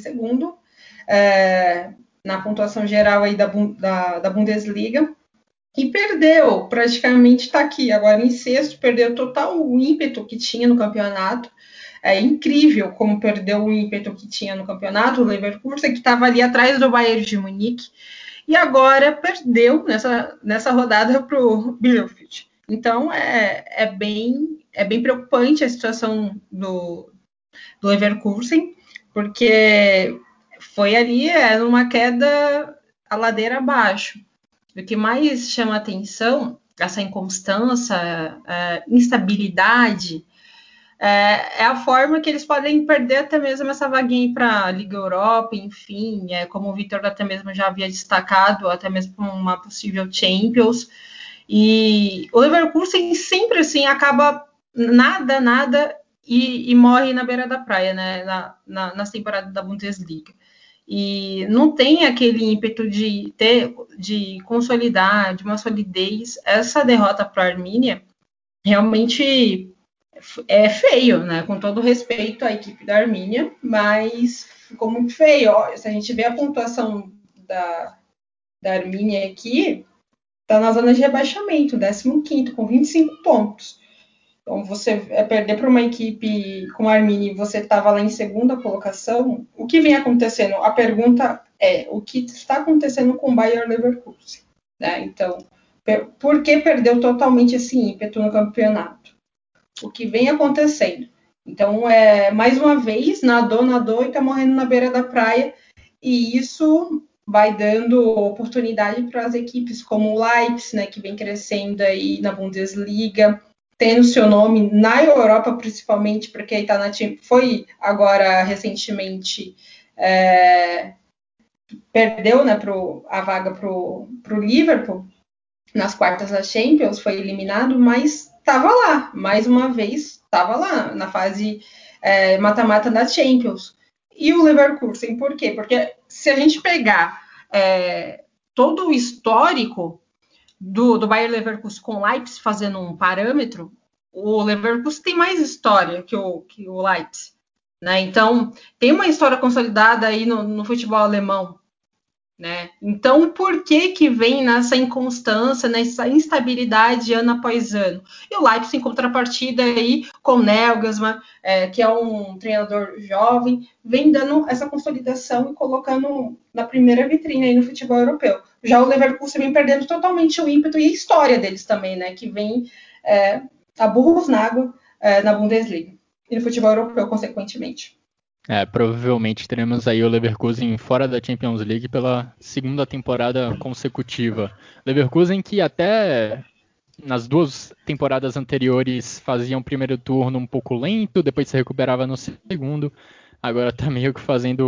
C: na pontuação geral aí da Bundesliga, e perdeu, praticamente está aqui, agora em sexto, perdeu total o ímpeto que tinha no campeonato. É incrível como perdeu o ímpeto que tinha no campeonato, o Leverkusen, que estava ali atrás do Bayern de Munique, e agora perdeu nessa rodada para o Bielefeld. Então é bem preocupante a situação do Leverkusen, porque foi ali numa queda a ladeira abaixo. O que mais chama atenção, essa inconstância, instabilidade, é a forma que eles podem perder até mesmo essa vaguinha para a Liga Europa, enfim, como o Vitor até mesmo já havia destacado, até mesmo para uma possível Champions. E o Leverkusen sempre assim acaba nada e morre na beira da praia, né, nas temporadas da Bundesliga. E não tem aquele ímpeto de consolidar, de uma solidez. Essa derrota para a Armínia realmente é feio, né? Com todo respeito à equipe da Armínia, mas ficou muito feio. Ó, se a gente vê a pontuação da Armínia aqui, tá na zona de rebaixamento, 15º, com 25 pontos. Então, você perder para uma equipe como a Armínia e você estava lá em segunda colocação, o que vem acontecendo? A pergunta é, o que está acontecendo com o Bayer Leverkusen? Né? Então, por que perdeu totalmente esse ímpeto no campeonato? O que vem acontecendo? Então, mais uma vez, nadou e está morrendo na beira da praia, e isso vai dando oportunidade para as equipes como o Leipzig, né, que vem crescendo aí na Bundesliga, tendo seu nome na Europa, principalmente, porque está na Champions, foi agora recentemente, perdeu, né, a vaga para o Liverpool nas quartas da Champions, foi eliminado, mas estava lá, mais uma vez, estava lá na fase mata-mata da Champions. E o Leverkusen, por quê? Porque se a gente pegar todo o histórico do Bayer Leverkusen com o Leipzig fazendo um parâmetro, o Leverkusen tem mais história que o Leipzig, né? Então, tem uma história consolidada aí no futebol alemão, né? Então, por que vem nessa inconstância, nessa instabilidade ano após ano? E o Leipzig, em contrapartida aí com o Nagelsmann, que é um treinador jovem, vem dando essa consolidação e colocando na primeira vitrine aí no futebol europeu. Já o Leverkusen vem perdendo totalmente o ímpeto e a história deles também, né? Que vem a burros na água na Bundesliga e no futebol europeu, consequentemente.
B: Provavelmente teremos aí o Leverkusen fora da Champions League pela segunda temporada consecutiva. Leverkusen que até nas 2 temporadas anteriores fazia um primeiro turno um pouco lento, depois se recuperava no segundo, agora está meio que fazendo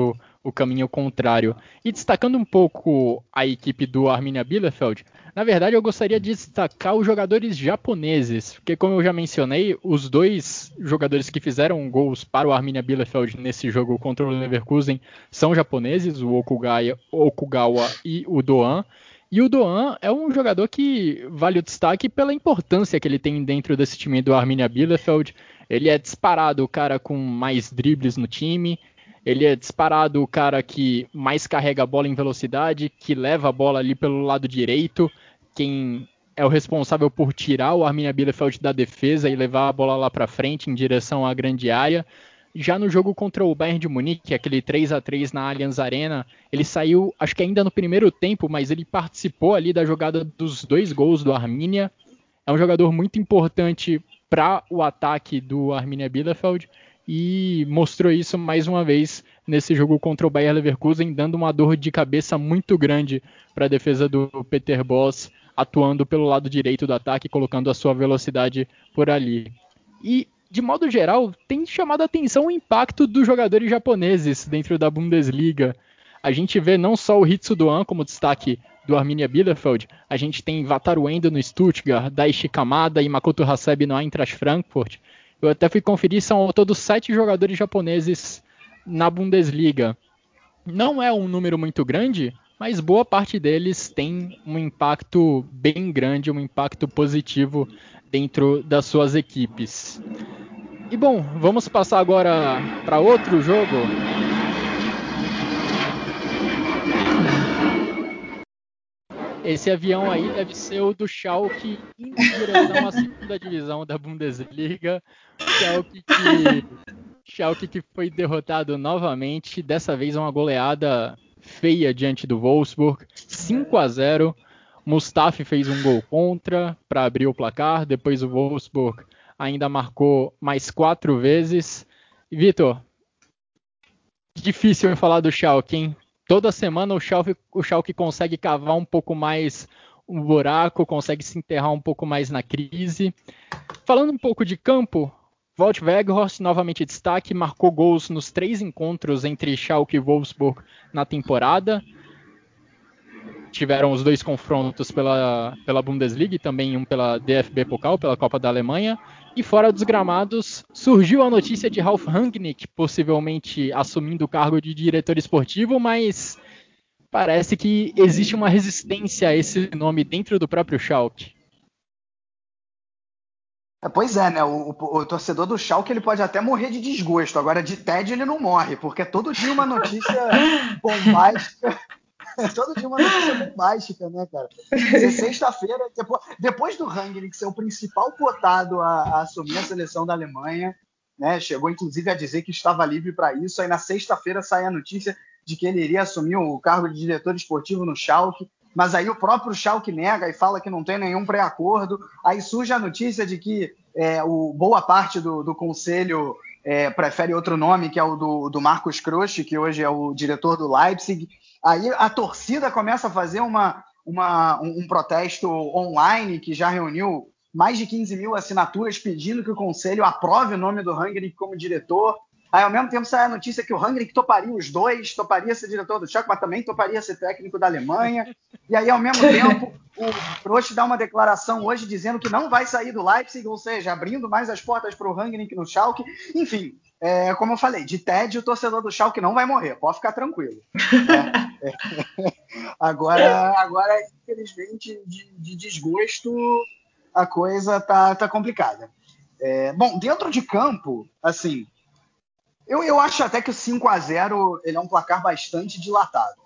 B: o caminho contrário. E destacando um pouco a equipe do Arminia Bielefeld, na verdade eu gostaria de destacar os jogadores japoneses, porque como eu já mencionei, os dois jogadores que fizeram gols para o Arminia Bielefeld nesse jogo contra o Leverkusen são japoneses, o Okugawa e o Doan. E o Doan é um jogador que vale o destaque pela importância que ele tem dentro desse time do Arminia Bielefeld. Ele é disparado o cara com mais dribles no time, ele é disparado o cara que mais carrega a bola em velocidade, que leva a bola ali pelo lado direito, quem é o responsável por tirar o Arminia Bielefeld da defesa e levar a bola lá para frente em direção à grande área. Já no jogo contra o Bayern de Munique, aquele 3-3 na Allianz Arena, ele saiu, acho que ainda no primeiro tempo, mas ele participou ali da jogada dos 2 gols do Arminia. É um jogador muito importante para o ataque do Arminia Bielefeld e mostrou isso mais uma vez nesse jogo contra o Bayer Leverkusen, dando uma dor de cabeça muito grande para a defesa do Peter Bosz, atuando pelo lado direito do ataque, colocando a sua velocidade por ali. E, de modo geral, tem chamado a atenção o impacto dos jogadores japoneses dentro da Bundesliga. A gente vê não só o Hitsu Doan como destaque do Arminia Bielefeld, a gente tem Wataru Endo no Stuttgart, Daichi Kamada e Makoto Hasebe no Eintracht Frankfurt. Eu até fui conferir, são ao todo 7 jogadores japoneses na Bundesliga. Não é um número muito grande, mas boa parte deles tem um impacto bem grande, um impacto positivo dentro das suas equipes. E bom, vamos passar agora para outro jogo. Esse avião aí deve ser o do Schalke indo em direção à segunda divisão da Bundesliga. Schalke que foi derrotado novamente, dessa vez uma goleada feia diante do Wolfsburg, 5-0. Mustafi fez um gol contra para abrir o placar, depois o Wolfsburg ainda marcou mais 4 vezes. E Vitor, difícil falar do Schalke, hein? Toda semana o Schalke consegue cavar um pouco mais um buraco, consegue se enterrar um pouco mais na crise. Falando um pouco de campo, Wout Weghorst, novamente destaque, marcou gols nos 3 encontros entre Schalke e Wolfsburg na temporada. Tiveram os 2 confrontos pela Bundesliga e também um pela DFB Pokal, pela Copa da Alemanha. E fora dos gramados, surgiu a notícia de Ralf Rangnick possivelmente assumindo o cargo de diretor esportivo, mas parece que existe uma resistência a esse nome dentro do próprio Schalke.
D: Pois é, né? O torcedor do Schalke ele pode até morrer de desgosto, agora de tédio ele não morre, porque é todo dia uma notícia bombástica. Todo dia uma notícia bombástica, né, cara? Sexta-feira, depois do Rangnick ser o principal cotado a assumir a seleção da Alemanha, né? Chegou inclusive a dizer que estava livre para isso. Aí na sexta-feira sai a notícia de que ele iria assumir o cargo de diretor esportivo no Schalke, mas aí o próprio Schalke nega e fala que não tem nenhum pré-acordo. Aí surge a notícia de que boa parte do conselho prefere outro nome, que é o do Markus Krösche, que hoje é o diretor do Leipzig. Aí a torcida começa a fazer um protesto online que já reuniu mais de 15 mil assinaturas pedindo que o conselho aprove o nome do Rangnick como diretor. Aí, ao mesmo tempo, sai a notícia que o Rangnick toparia os 2, toparia ser diretor do Schalke, mas também toparia ser técnico da Alemanha. E aí, ao mesmo tempo, o Kroos dá uma declaração hoje dizendo que não vai sair do Leipzig, ou seja, abrindo mais as portas para o Rangnick no Schalke. Enfim, como eu falei, de tédio o torcedor do Schalke não vai morrer, pode ficar tranquilo. Agora, infelizmente, de desgosto, a coisa tá complicada. Bom, dentro de campo, assim, eu acho até que o 5-0 ele é um placar bastante dilatado.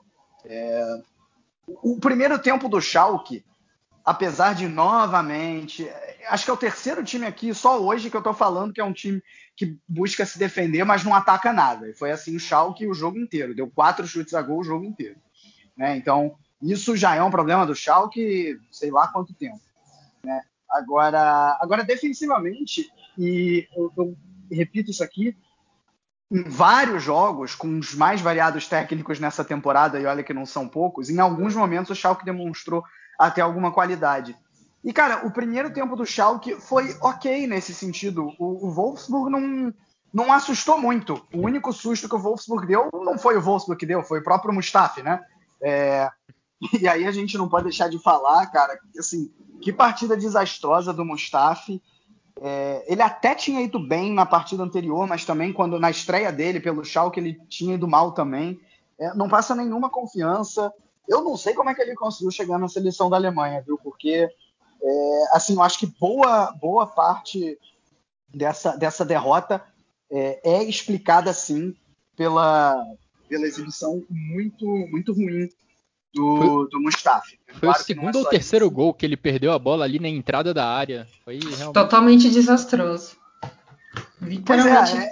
D: O primeiro tempo do Schalke, apesar de novamente, acho que é o terceiro time aqui, só hoje que eu tô falando que é um time que busca se defender, mas não ataca nada. E foi assim o Schalke o jogo inteiro, deu 4 chutes a gol o jogo inteiro. Né? Então, isso já é um problema do Schalke, sei lá quanto tempo. Né? Agora, defensivamente, e eu repito isso aqui, em vários jogos, com os mais variados técnicos nessa temporada, e olha que não são poucos, em alguns momentos o Schalke demonstrou até alguma qualidade. E, cara, o primeiro tempo do Schalke foi ok nesse sentido. O Wolfsburg não assustou muito. O único susto que o Wolfsburg deu não foi o Wolfsburg que deu, foi o próprio Mustafi, né? E aí a gente não pode deixar de falar, cara, assim, que partida desastrosa do Mustafi. Ele até tinha ido bem na partida anterior, mas também quando na estreia dele pelo Schalke ele tinha ido mal também. Não passa nenhuma confiança. Eu não sei como é que ele conseguiu chegar na seleção da Alemanha, viu? Porque, assim, eu acho que boa parte dessa derrota é explicada, sim, pela exibição muito, muito ruim do Mustafi.
B: Foi
D: Claro
B: o segundo ou
D: isso.
B: terceiro gol que ele perdeu a bola ali na entrada da área. Foi realmente
C: totalmente desastroso. Literalmente.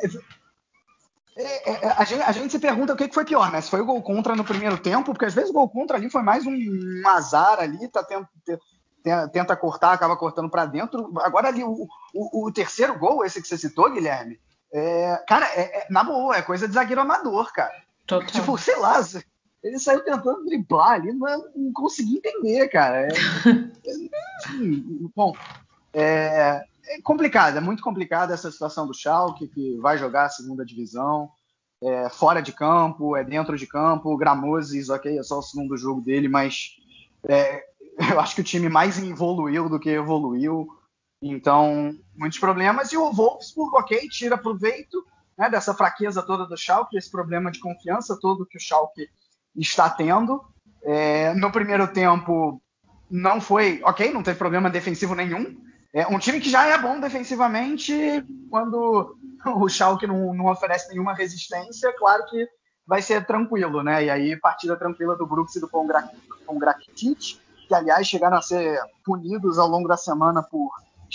D: A gente se pergunta o que foi pior, né? Se foi o gol contra no primeiro tempo, porque às vezes o gol contra ali foi mais um azar ali, tenta cortar, acaba cortando para dentro. Agora ali, o terceiro gol, esse que você citou, Guilherme, cara, na boa, é coisa de zagueiro amador, cara.
C: Total.
D: Tipo, sei lá, ele saiu tentando driblar ali, não consegui entender, cara. Bom, é complicado, é muito complicada essa situação do Schalke, que vai jogar a segunda divisão, fora de campo, dentro de campo. O Gramozis, ok, é só o segundo jogo dele, mas eu acho que o time mais evoluiu do que evoluiu. Então, muitos problemas. E o Wolfsburg, ok, tira proveito, né, dessa fraqueza toda do Schalke, desse problema de confiança todo que o Schalke está tendo. No primeiro tempo, não foi, ok, não teve problema defensivo nenhum. Um time que já é bom defensivamente, quando o Schalke não oferece nenhuma resistência, claro que vai ser tranquilo, né? E aí, partida tranquila do Brooks e do Pongracic, que, aliás, chegaram a ser punidos ao longo da semana por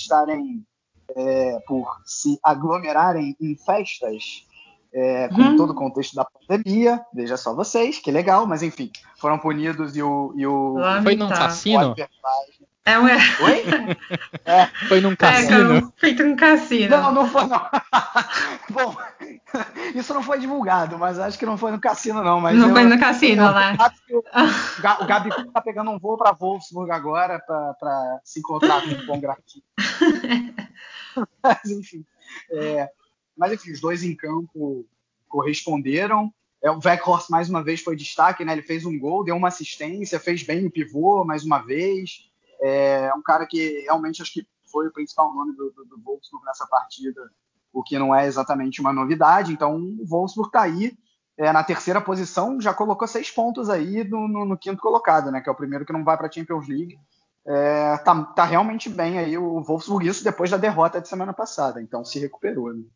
D: se aglomerarem em festas, com todo o contexto da pandemia. Veja só vocês, que legal, mas enfim, foram punidos e o
B: Foi num cassino?
D: Oi?
B: Foi num cassino?
C: Feito num cassino.
D: Não foi, não. Bom, isso não foi divulgado, mas acho que não foi no cassino, não. Mas
C: não foi no cassino, né?
D: O Gabigol tá pegando um voo para Wolfsburg agora para se encontrar com o Pongracic. Mas enfim, os dois em campo corresponderam. O Weghorst mais uma vez foi destaque, né? Ele fez um gol, deu uma assistência, fez bem o pivô mais uma vez. É um cara que realmente acho que foi o principal nome do Wolfsburg nessa partida, o que não é exatamente uma novidade. Então o Wolfsburg está aí na terceira posição, já colocou 6 pontos aí no quinto colocado, né? Que é o primeiro que não vai para a Champions League. Tá realmente bem aí o Wolfsburg, isso depois da derrota de semana passada, então se recuperou, né?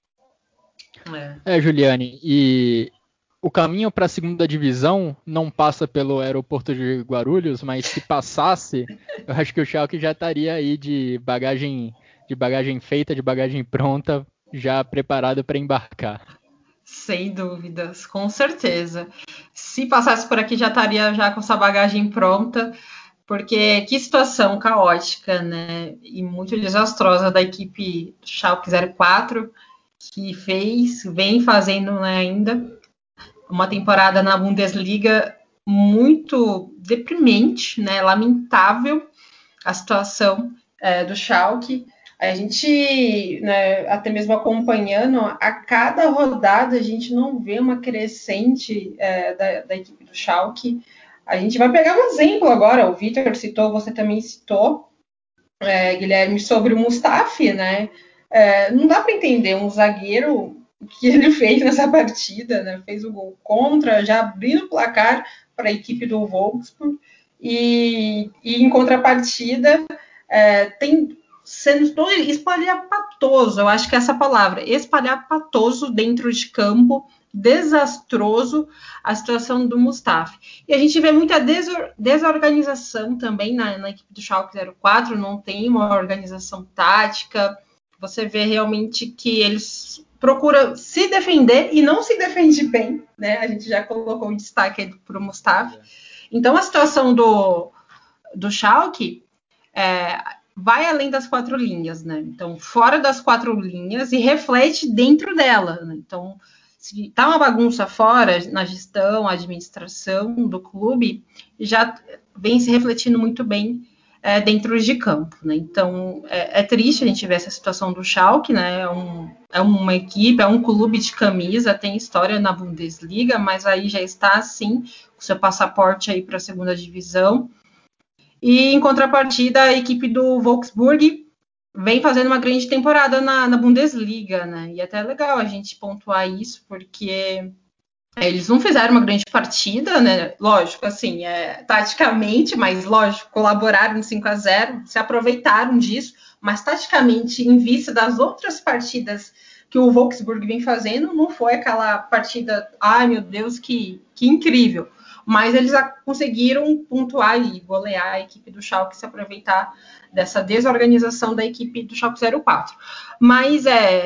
B: Juliane, e o caminho para a segunda divisão não passa pelo aeroporto de Guarulhos, mas se passasse, eu acho que o Schalke já estaria aí de bagagem feita, de bagagem pronta, já preparado para embarcar.
C: Sem dúvidas, com certeza. Se passasse por aqui, já estaria já com essa bagagem pronta, porque que situação caótica, né? E muito desastrosa da equipe Schalke 04, que vem fazendo, né, ainda uma temporada na Bundesliga muito deprimente, né? Lamentável a situação do Schalke. A gente, né, até mesmo acompanhando, a cada rodada a gente não vê uma crescente da equipe do Schalke. A gente vai pegar um exemplo agora, o Vitor citou, você também citou, Guilherme, sobre o Mustafi, né? Não dá para entender um zagueiro que ele fez nessa partida, né? Fez o gol contra, já abrindo o placar para a equipe do Wolfsburg, e em contrapartida tem sendo todo espalhafatoso, eu acho que é essa palavra, espalhafatoso dentro de campo, desastroso a situação do Mustafi. E a gente vê muita desorganização também na equipe do Schalke 04, não tem uma organização tática, você vê realmente que eles procuram se defender e não se defende bem, né? A gente já colocou o destaque para o Mustafi. Então a situação do Schalke vai além das 4 linhas, né? Então, fora das 4 linhas e reflete dentro dela, né? Então, se tá uma bagunça fora na gestão, administração do clube, já vem se refletindo muito bem dentro de campo, né? Então é triste a gente ver essa situação do Schalke, né? É uma equipe, é um clube de camisa, tem história na Bundesliga, mas aí já está assim, com seu passaporte aí para a segunda divisão. E em contrapartida, a equipe do Wolfsburg vem fazendo uma grande temporada na Bundesliga, né? E até é legal a gente pontuar isso, porque eles não fizeram uma grande partida, né? Lógico, assim, taticamente, mas lógico, colaboraram no 5-0, se aproveitaram disso, mas taticamente, em vista das outras partidas que o Wolfsburg vem fazendo, não foi aquela partida, ai meu Deus, que incrível. Mas eles conseguiram pontuar e golear a equipe do Schalke, se aproveitar dessa desorganização da equipe do Schalke 04. Mas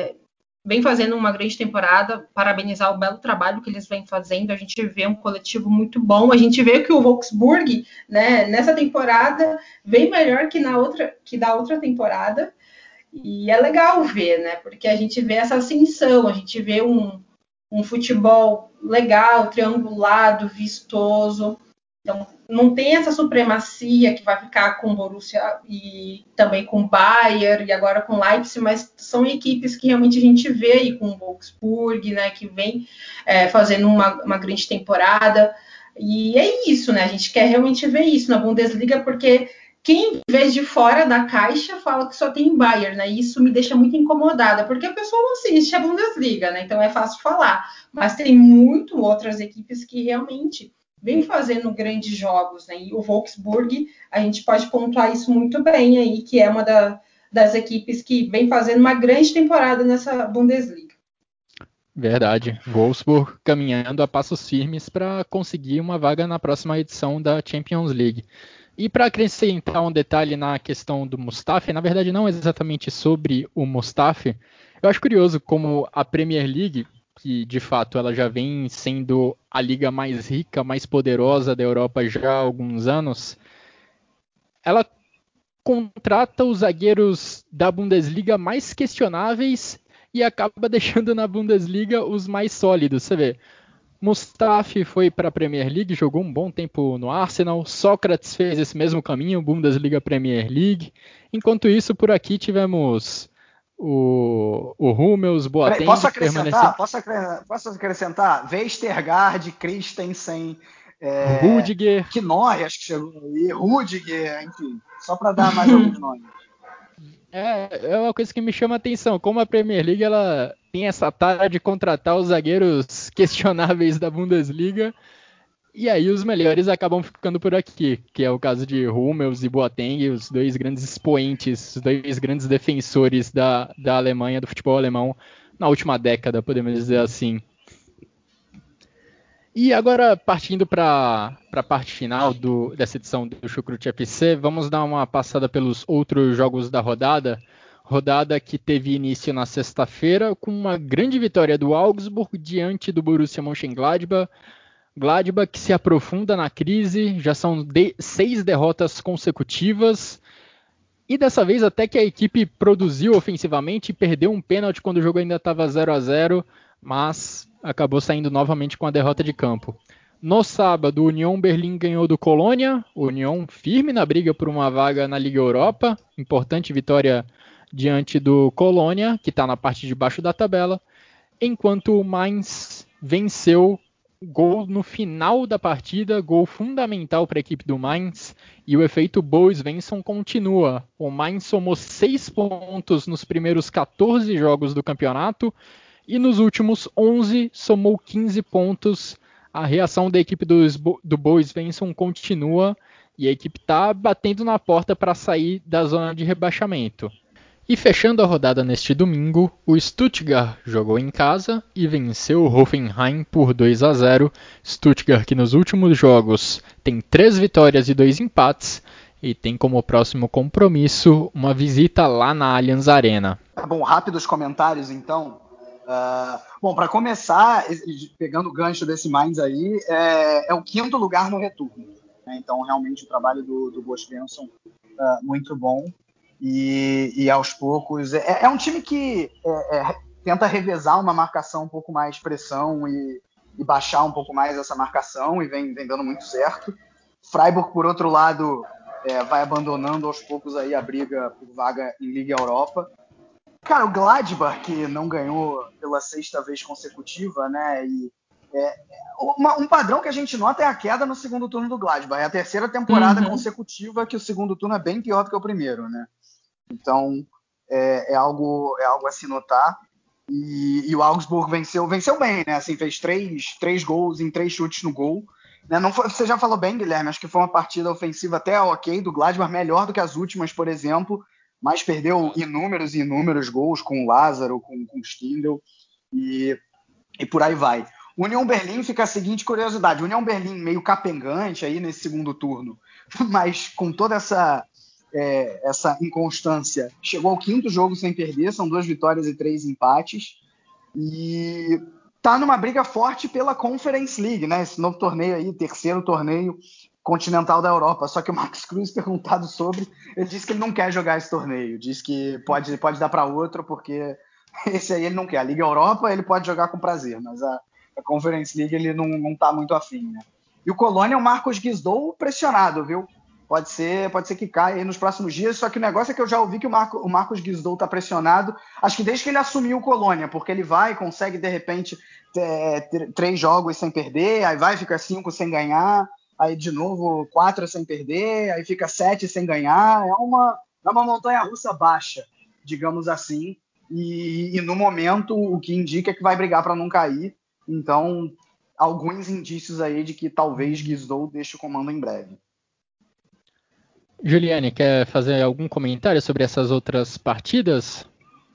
C: vem fazendo uma grande temporada, parabenizar o belo trabalho que eles vêm fazendo, a gente vê um coletivo muito bom, a gente vê que o Wolfsburg, né, nessa temporada, vem melhor que da outra temporada, e é legal ver, né, porque a gente vê essa ascensão, a gente vê um futebol legal, triangulado, vistoso. Então, não tem essa supremacia que vai ficar com o Borussia e também com o Bayern e agora com o Leipzig, mas são equipes que realmente a gente vê aí com o Wolfsburg, né, que vem fazendo uma grande temporada. E é isso, né? A gente quer realmente ver isso na Bundesliga, porque quem vê de fora da caixa fala que só tem Bayern, né? E isso me deixa muito incomodada, porque a pessoa não assiste a Bundesliga, né? Então é fácil falar. Mas tem muito outras equipes que realmente vem fazendo grandes jogos, né? E o Wolfsburg, a gente pode pontuar isso muito bem aí, que é uma das equipes que vem fazendo uma grande temporada nessa Bundesliga.
B: Verdade. Wolfsburg caminhando a passos firmes para conseguir uma vaga na próxima edição da Champions League. E para acrescentar um detalhe na questão do Mustafi, na verdade não exatamente sobre o Mustafi, eu acho curioso como a Premier League, que de fato ela já vem sendo a liga mais rica, mais poderosa da Europa já há alguns anos, ela contrata os zagueiros da Bundesliga mais questionáveis e acaba deixando na Bundesliga os mais sólidos. Você vê, Mustafi foi para a Premier League, jogou um bom tempo no Arsenal. Sócrates fez esse mesmo caminho, Bundesliga Premier League. Enquanto isso, por aqui tivemos o Hummels, Boateng...
D: Posso acrescentar? Vestergaard, Christensen,
B: Rudiger...
D: Knorr, acho que chegou aí, Rudiger, enfim, só para dar mais alguns nomes.
B: É uma coisa que me chama a atenção, como a Premier League ela tem essa tara de contratar os zagueiros questionáveis da Bundesliga, e aí os melhores acabam ficando por aqui, que é o caso de Hummels e Boateng, os dois grandes expoentes, os dois grandes defensores da Alemanha, do futebol alemão, na última década, podemos dizer assim. E agora, partindo para a parte final dessa edição do Chucrute FC, vamos dar uma passada pelos outros jogos da rodada. Rodada que teve início na sexta-feira com uma grande vitória do Augsburg diante do Borussia Mönchengladbach. Gladbach que se aprofunda na crise, já são 6 derrotas consecutivas. E dessa vez até que a equipe produziu ofensivamente e perdeu um pênalti quando o jogo ainda estava 0-0, mas acabou saindo novamente com a derrota de campo. No sábado, o Union Berlim ganhou do Colônia, o Union firme na briga por uma vaga na Liga Europa, importante vitória diante do Colônia, que está na parte de baixo da tabela, enquanto o Mainz venceu gol no final da partida, gol fundamental para a equipe do Mainz, e o efeito Bo Svensson continua. O Mainz somou 6 pontos nos primeiros 14 jogos do campeonato, e nos últimos 11 somou 15 pontos. A reação da equipe do Bo Svensson continua, e a equipe está batendo na porta para sair da zona de rebaixamento. E fechando a rodada neste domingo, o Stuttgart jogou em casa e venceu o Hoffenheim por 2-0. Stuttgart que nos últimos jogos tem 3 vitórias e 2 empates e tem como próximo compromisso uma visita lá na Allianz Arena.
D: Bom, rápidos comentários então. Bom, para começar, pegando o gancho desse Mainz aí, é o 5º lugar no retorno. Né? Então, realmente, o trabalho do Bo Svensson muito bom. E aos poucos... É um time que tenta revezar uma marcação um pouco mais pressão e baixar um pouco mais essa marcação e vem dando muito certo. Freiburg, por outro lado, vai abandonando aos poucos aí a briga por vaga em Liga Europa. Cara, o Gladbach, que não ganhou pela 6ª vez consecutiva, né? E um padrão que a gente nota é a queda no segundo turno do Gladbach. É a 3ª temporada consecutiva que o segundo turno é bem pior do que o primeiro, né? Então, é algo a se notar. E o Augsburg venceu bem, né? Assim, fez três gols em 3 chutes no gol. Né? Não foi, você já falou bem, Guilherme, acho que foi uma partida ofensiva até ok do Gladbach, melhor do que as últimas, por exemplo, mas perdeu inúmeros gols com o Lázaro, com o Stindl e por aí vai. União Berlim fica a seguinte curiosidade. União Berlim meio capengante aí nesse segundo turno, mas com toda essa inconstância, chegou ao 5º jogo sem perder, são 2 vitórias e 3 empates, e tá numa briga forte pela Conference League, né? Esse novo torneio aí, 3º torneio continental da Europa. Só que o Max Cruz, perguntado sobre, ele disse que ele não quer jogar esse torneio, diz que pode dar para outro, porque esse aí ele não quer. A Liga Europa ele pode jogar com prazer, mas a Conference League ele não tá muito afim, né? E o Colônia é o Marcos Guizdou pressionado, viu? Pode ser que caia aí nos próximos dias, só que o negócio é que eu já ouvi que o Marcos Guizdou está pressionado, acho que desde que ele assumiu o Colônia, porque ele consegue de repente 3 jogos sem perder, aí fica 5 sem ganhar, aí de novo 4 sem perder, aí fica 7 sem ganhar, é uma montanha-russa baixa, digamos assim, e no momento o que indica é que vai brigar para não cair, então alguns indícios aí de que talvez Guizdou deixe o comando em breve.
B: Juliane, quer fazer algum comentário sobre essas outras partidas?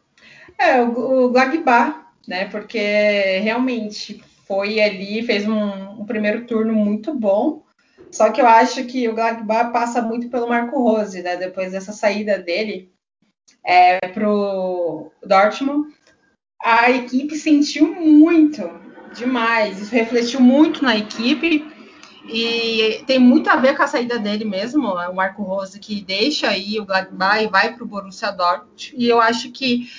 C: O Gladbach, né? Porque realmente foi ali, fez um primeiro turno muito bom. Só que eu acho que o Gladbach passa muito pelo Marco Rose, né? Depois dessa saída dele para o Dortmund, a equipe sentiu muito, demais. Isso refletiu muito na equipe. E tem muito a ver com a saída dele mesmo, o Marco Rose, que deixa aí o Gladbach e vai para o Borussia Dortmund. E eu acho que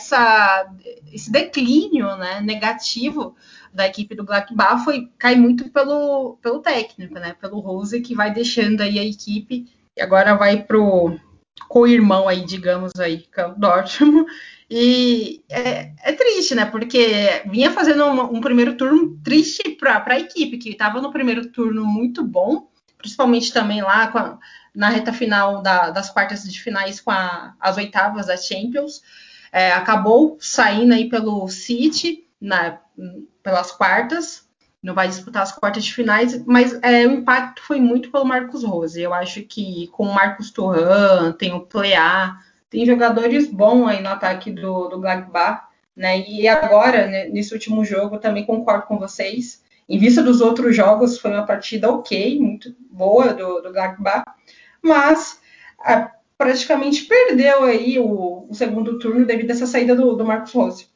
C: esse declínio, né, negativo da equipe do Gladbach cai muito pelo técnico, né, pelo Rose, que vai deixando aí a equipe e agora vai pro co-irmão aí, digamos aí, que é o Dortmund. E é triste, né? Porque vinha fazendo um primeiro turno triste para a equipe, que estava no primeiro turno muito bom, principalmente também lá na reta final das quartas de finais com as oitavas da Champions. Acabou saindo aí pelo City pelas quartas, não vai disputar as quartas de finais, mas o impacto foi muito pelo Marcos Rose. Eu acho que com o Marcos Thuram, tem o Plea, tem jogadores bons aí no ataque do Gladbach, né? E agora, né, nesse último jogo, também concordo com vocês. Em vista dos outros jogos, foi uma partida ok, muito boa do Gladbach, mas praticamente perdeu aí o segundo turno devido a essa saída do Marcos Rose.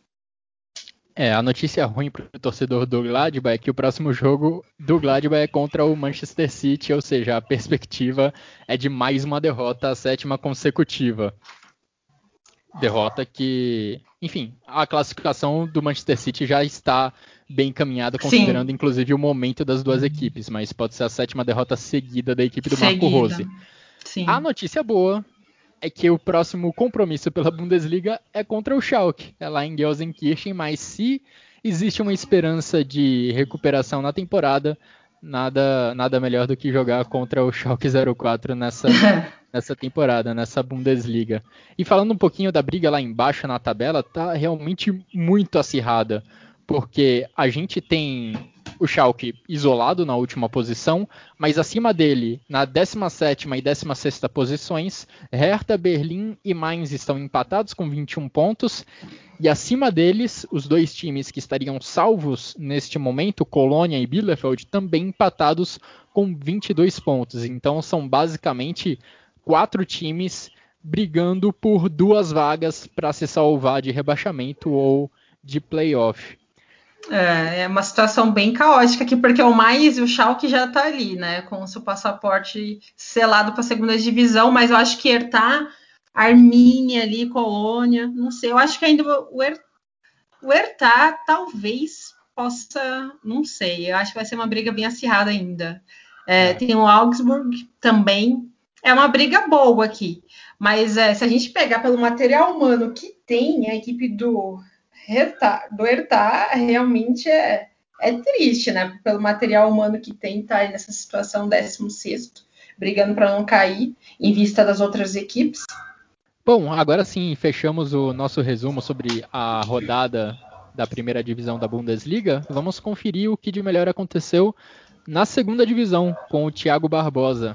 B: A notícia ruim para o torcedor do Gladbach é que o próximo jogo do Gladbach é contra o Manchester City, ou seja, a perspectiva é de mais uma derrota, a 7ª consecutiva. Derrota que, enfim, a classificação do Manchester City já está bem encaminhada, considerando Sim. inclusive o momento das duas equipes, mas pode ser a 7ª derrota seguida da equipe do Marco Rose.
C: Sim.
B: A notícia boa é que o próximo compromisso pela Bundesliga é contra o Schalke, é lá em Gelsenkirchen, mas se existe uma esperança de recuperação na temporada, nada melhor do que jogar contra o Schalke 04 nessa temporada, nessa Bundesliga. E falando um pouquinho da briga lá embaixo na tabela, tá realmente muito acirrada, porque a gente tem o Schalke isolado na última posição, mas acima dele, na 17ª e 16ª posições, Hertha, Berlim e Mainz estão empatados com 21 pontos, e acima deles, os 2 times que estariam salvos neste momento, Colônia e Bielefeld, também empatados com 22 pontos. Então são basicamente 4 times brigando por 2 vagas para se salvar de rebaixamento ou de playoff.
C: É uma situação bem caótica aqui, porque o Mainz e o Schalke já tá ali, né, com o seu passaporte selado para a segunda divisão, mas eu acho que Hertha, Arminia ali, Colônia, não sei, eu acho que ainda o Hertha talvez possa, não sei, eu acho que vai ser uma briga bem acirrada ainda. Tem o Augsburg também, É uma briga boa aqui. Mas se a gente pegar pelo material humano que tem, a equipe do Hertha realmente é triste, né? Pelo material humano que tem, tá aí nessa situação 16º, brigando para não cair em vista das outras equipes.
B: Bom, agora sim, fechamos o nosso resumo sobre a rodada da primeira divisão da Bundesliga. Vamos conferir o que de melhor aconteceu na segunda divisão com o Thiago Barbosa.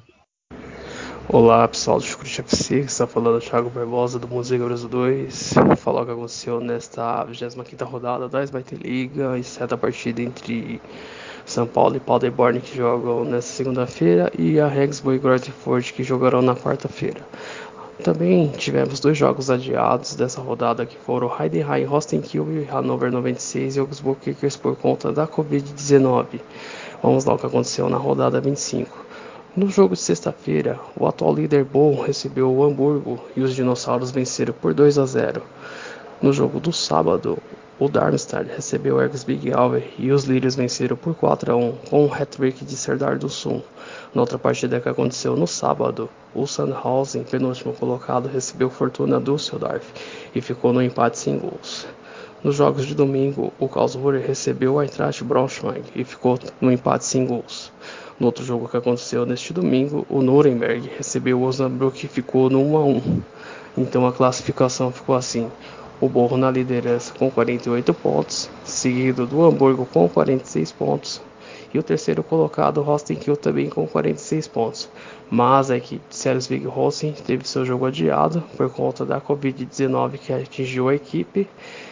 E: Olá pessoal do Chucrute FC, que está falando é o Thiago Barbosa do Museu Brasil 2. Vou falar o que aconteceu nesta 25ª rodada da Zweite Liga, exceto a partida entre São Paulo e Paderborn, que jogam nesta segunda-feira, e a Regensburg e Grotefurt, que jogarão na quarta-feira. Também tivemos 2 jogos adiados dessa rodada, que foram Heidenheim, Rostenkiel e Hannover 96 e Augsburg Kickers por conta da Covid-19. Vamos lá o que aconteceu na rodada 25. No jogo de sexta-feira, o atual líder Bonn recebeu o Hamburgo e os dinossauros venceram por 2-0. No jogo do sábado, o Darmstadt recebeu o Erzgebirge Aue e os líderes venceram por 4-1 com um hat-trick de Serdar Dursun. Na outra partida que aconteceu no sábado, o Sandhausen, penúltimo colocado, recebeu Fortuna Düsseldorf e ficou no empate sem gols. Nos jogos de domingo, o Karlsruhe recebeu o Eintracht Braunschweig e ficou no empate sem gols. No outro jogo que aconteceu neste domingo, o Nuremberg recebeu o Osnabrück e ficou no 1-1. Então a classificação ficou assim: o Borro na liderança com 48 pontos, seguido do Hamburgo com 46 pontos, e o terceiro colocado, o Rostenkiel, também com 46 pontos. Mas a equipe de Schleswig-Holstein teve seu jogo adiado por conta da Covid-19 que atingiu a equipe.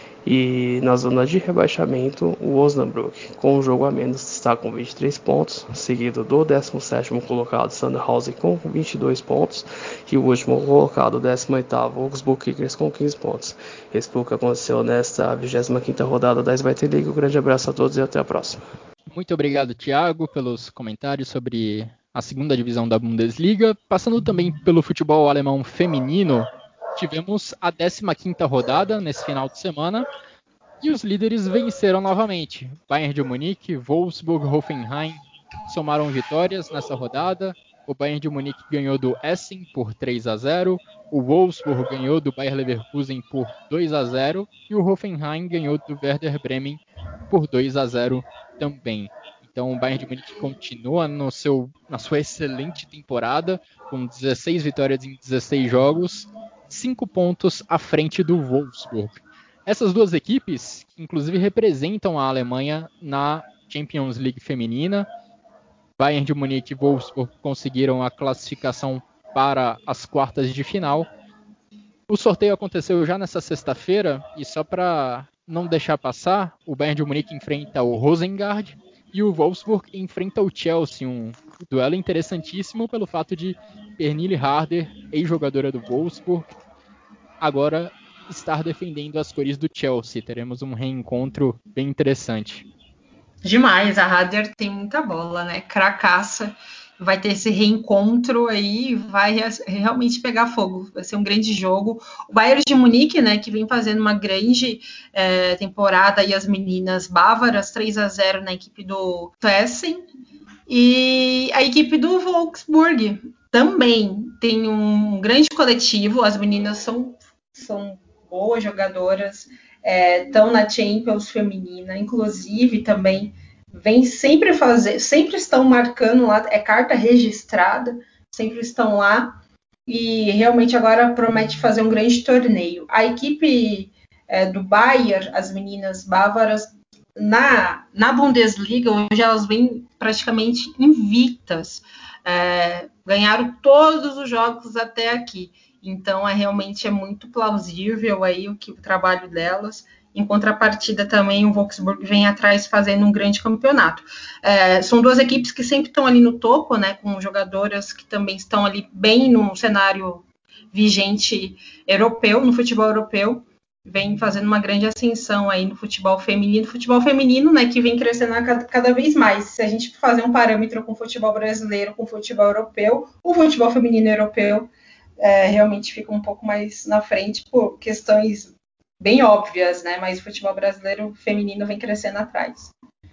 E: E na zona de rebaixamento, o Osnabrück, com um jogo a menos, está com 23 pontos, seguido do 17º colocado Sandhausen com 22 pontos e o último colocado, o 18º Augsburg Kickers com 15 pontos. Esse foi o que aconteceu nesta 25ª rodada da Zweite Liga. Um grande abraço a todos e até a próxima.
B: Muito obrigado, Thiago, pelos comentários sobre a segunda divisão da Bundesliga. Passando também pelo futebol alemão feminino, tivemos a 15ª rodada nesse final de semana e os líderes venceram novamente. Bayern de Munique, Wolfsburg, Hoffenheim somaram vitórias nessa rodada. O Bayern de Munique ganhou do Essen por 3-0, o Wolfsburg ganhou do Bayer Leverkusen por 2-0 e o Hoffenheim ganhou do Werder Bremen por 2-0 também. Então o Bayern de Munique continua na sua excelente temporada, com 16 vitórias em 16 jogos, 5 pontos à frente do Wolfsburg. Essas duas equipes, inclusive, representam a Alemanha na Champions League feminina. Bayern de Munique e Wolfsburg conseguiram a classificação para as quartas de final. O sorteio aconteceu já nessa sexta-feira e só para não deixar passar, o Bayern de Munique enfrenta o Rosengard e o Wolfsburg enfrenta o Chelsea, um duelo interessantíssimo pelo fato de Pernille Harder, ex-jogadora do Wolfsburg, agora estar defendendo as cores do Chelsea. Teremos um reencontro bem interessante.
C: Demais, a Harder tem muita bola, né? Cracaça. Vai ter esse reencontro aí, vai realmente pegar fogo. Vai ser um grande jogo. O Bayern de Munique, né, que vem fazendo uma grande temporada, e as meninas bávaras, 3-0 na equipe do Essen. E a equipe do Wolfsburg também tem um grande coletivo. As meninas são boas jogadoras, estão na Champions feminina, inclusive também sempre estão marcando lá, é carta registrada, sempre estão lá e realmente agora promete fazer um grande torneio. A equipe do Bayern, as meninas bávaras, na Bundesliga, hoje elas vêm praticamente invictas, ganharam todos os jogos até aqui. Então, realmente é muito plausível aí o trabalho delas. Em contrapartida, também o Wolfsburg vem atrás fazendo um grande campeonato. São duas equipes que sempre estão ali no topo, né, com jogadoras que também estão ali bem no cenário vigente europeu, no futebol europeu. Vem fazendo uma grande ascensão aí no futebol feminino, né, que vem crescendo cada vez mais. Se a gente fazer um parâmetro com o futebol brasileiro, com o futebol europeu, o futebol feminino europeu realmente fica um pouco mais na frente por questões bem óbvias, né? Mas o futebol brasileiro feminino vem crescendo atrás.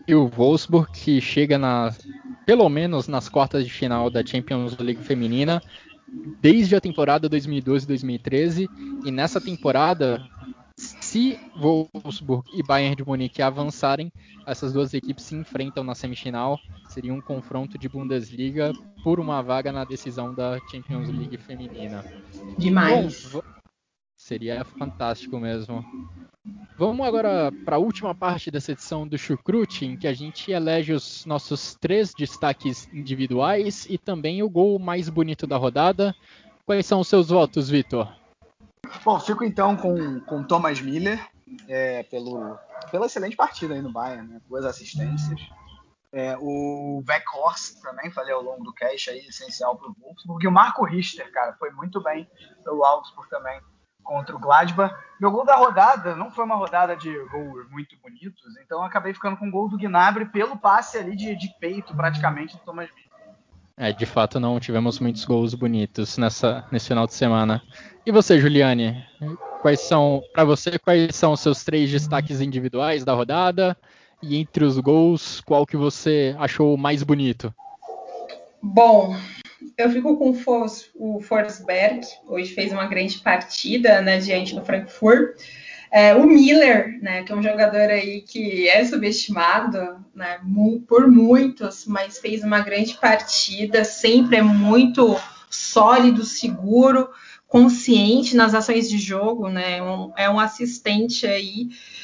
B: e o Wolfsburg, que chega pelo menos nas quartas de final da Champions League feminina desde a temporada 2012-2013, e nessa temporada, se Wolfsburg e Bayern de Munique avançarem, essas duas equipes se enfrentam na semifinal. Seria um confronto de Bundesliga por uma vaga na decisão da Champions League feminina.
C: Demais.
B: Bom, seria fantástico mesmo. Vamos agora para a última parte dessa edição do Chucrute, em que a gente elege os nossos 3 destaques individuais e também o gol mais bonito da rodada. Quais são os seus votos, Vitor?
D: Bom, fico então com Thomas Müller, pela excelente partida aí no Bayern, né? 2 assistências. O Weghorst também, falei ao longo do cast, aí, essencial para o Wolfsburg. E o Marco Richter, cara, foi muito bem pelo Augsburg também contra o Gladbach. Meu gol da rodada não foi uma rodada de gols muito bonitos, então eu acabei ficando com o gol do Gnabry pelo passe ali de peito, praticamente, do Thomas Müller.
B: De fato, não tivemos muitos gols bonitos nesse final de semana. E você, Juliane? Quais são os seus 3 destaques individuais da rodada? E entre os gols, qual que você achou mais bonito?
C: Bom, eu fico com o Forsberg. Hoje fez uma grande partida, né, diante do Frankfurt. O Miller, né, que é um jogador aí que é subestimado, né, por muitos, mas fez uma grande partida, sempre é muito sólido, seguro, consciente nas ações de jogo, né, é um assistente aí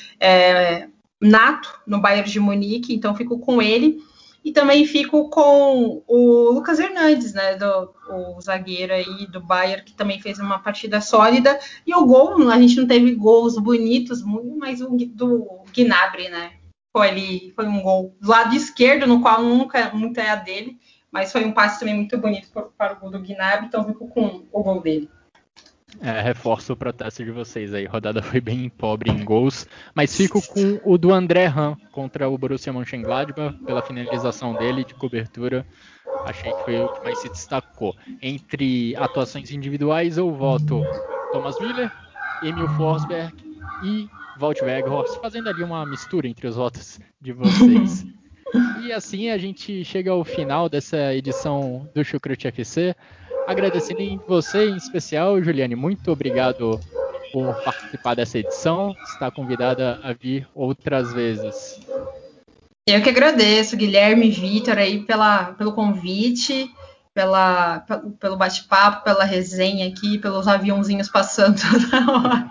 C: nato no Bayern de Munique, então fico com ele. E também fico com o Lucas Hernandes, né, o zagueiro aí do Bayern, que também fez uma partida sólida. E o gol, a gente não teve gols bonitos, mas o do Gnabry, né? Foi um gol do lado esquerdo, no qual nunca muito é a dele, mas foi um passe também muito bonito para o gol do Gnabry, então fico com o gol dele.
B: Reforço o protesto de vocês aí. A rodada foi bem pobre em gols, mas fico com o do André Hahn contra o Borussia Mönchengladbach, pela finalização dele de cobertura. Achei que foi o que mais se destacou. Entre atuações individuais, eu voto Thomas Müller, Emil Forsberg e Wout Weghorst, fazendo ali uma mistura entre os votos de vocês. E assim a gente chega ao final dessa edição do Chucrute FC. Agradecendo em você em especial, Juliane, muito obrigado por participar dessa edição. Está convidada a vir outras vezes.
C: Eu que agradeço, Guilherme e Vitor, aí pelo convite, pelo bate-papo, pela resenha aqui, pelos aviãozinhos passando toda hora.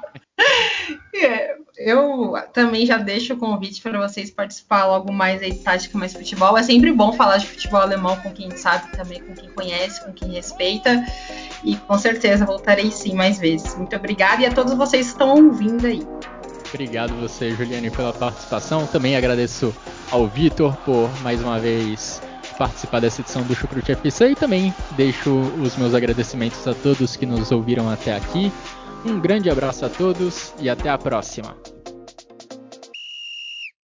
C: Eu também já deixo o convite para vocês participar logo mais aí de Tática Mais Futebol. É sempre bom falar de futebol alemão com quem sabe também, com quem conhece, com quem respeita. E com certeza voltarei sim mais vezes. Muito obrigada e a todos vocês que estão ouvindo aí.
B: Obrigado você, Juliane, pela participação. Também agradeço ao Vitor por mais uma vez participar dessa edição do Chucrute FC e também deixo os meus agradecimentos a todos que nos ouviram até aqui. Um grande abraço a todos e até a próxima.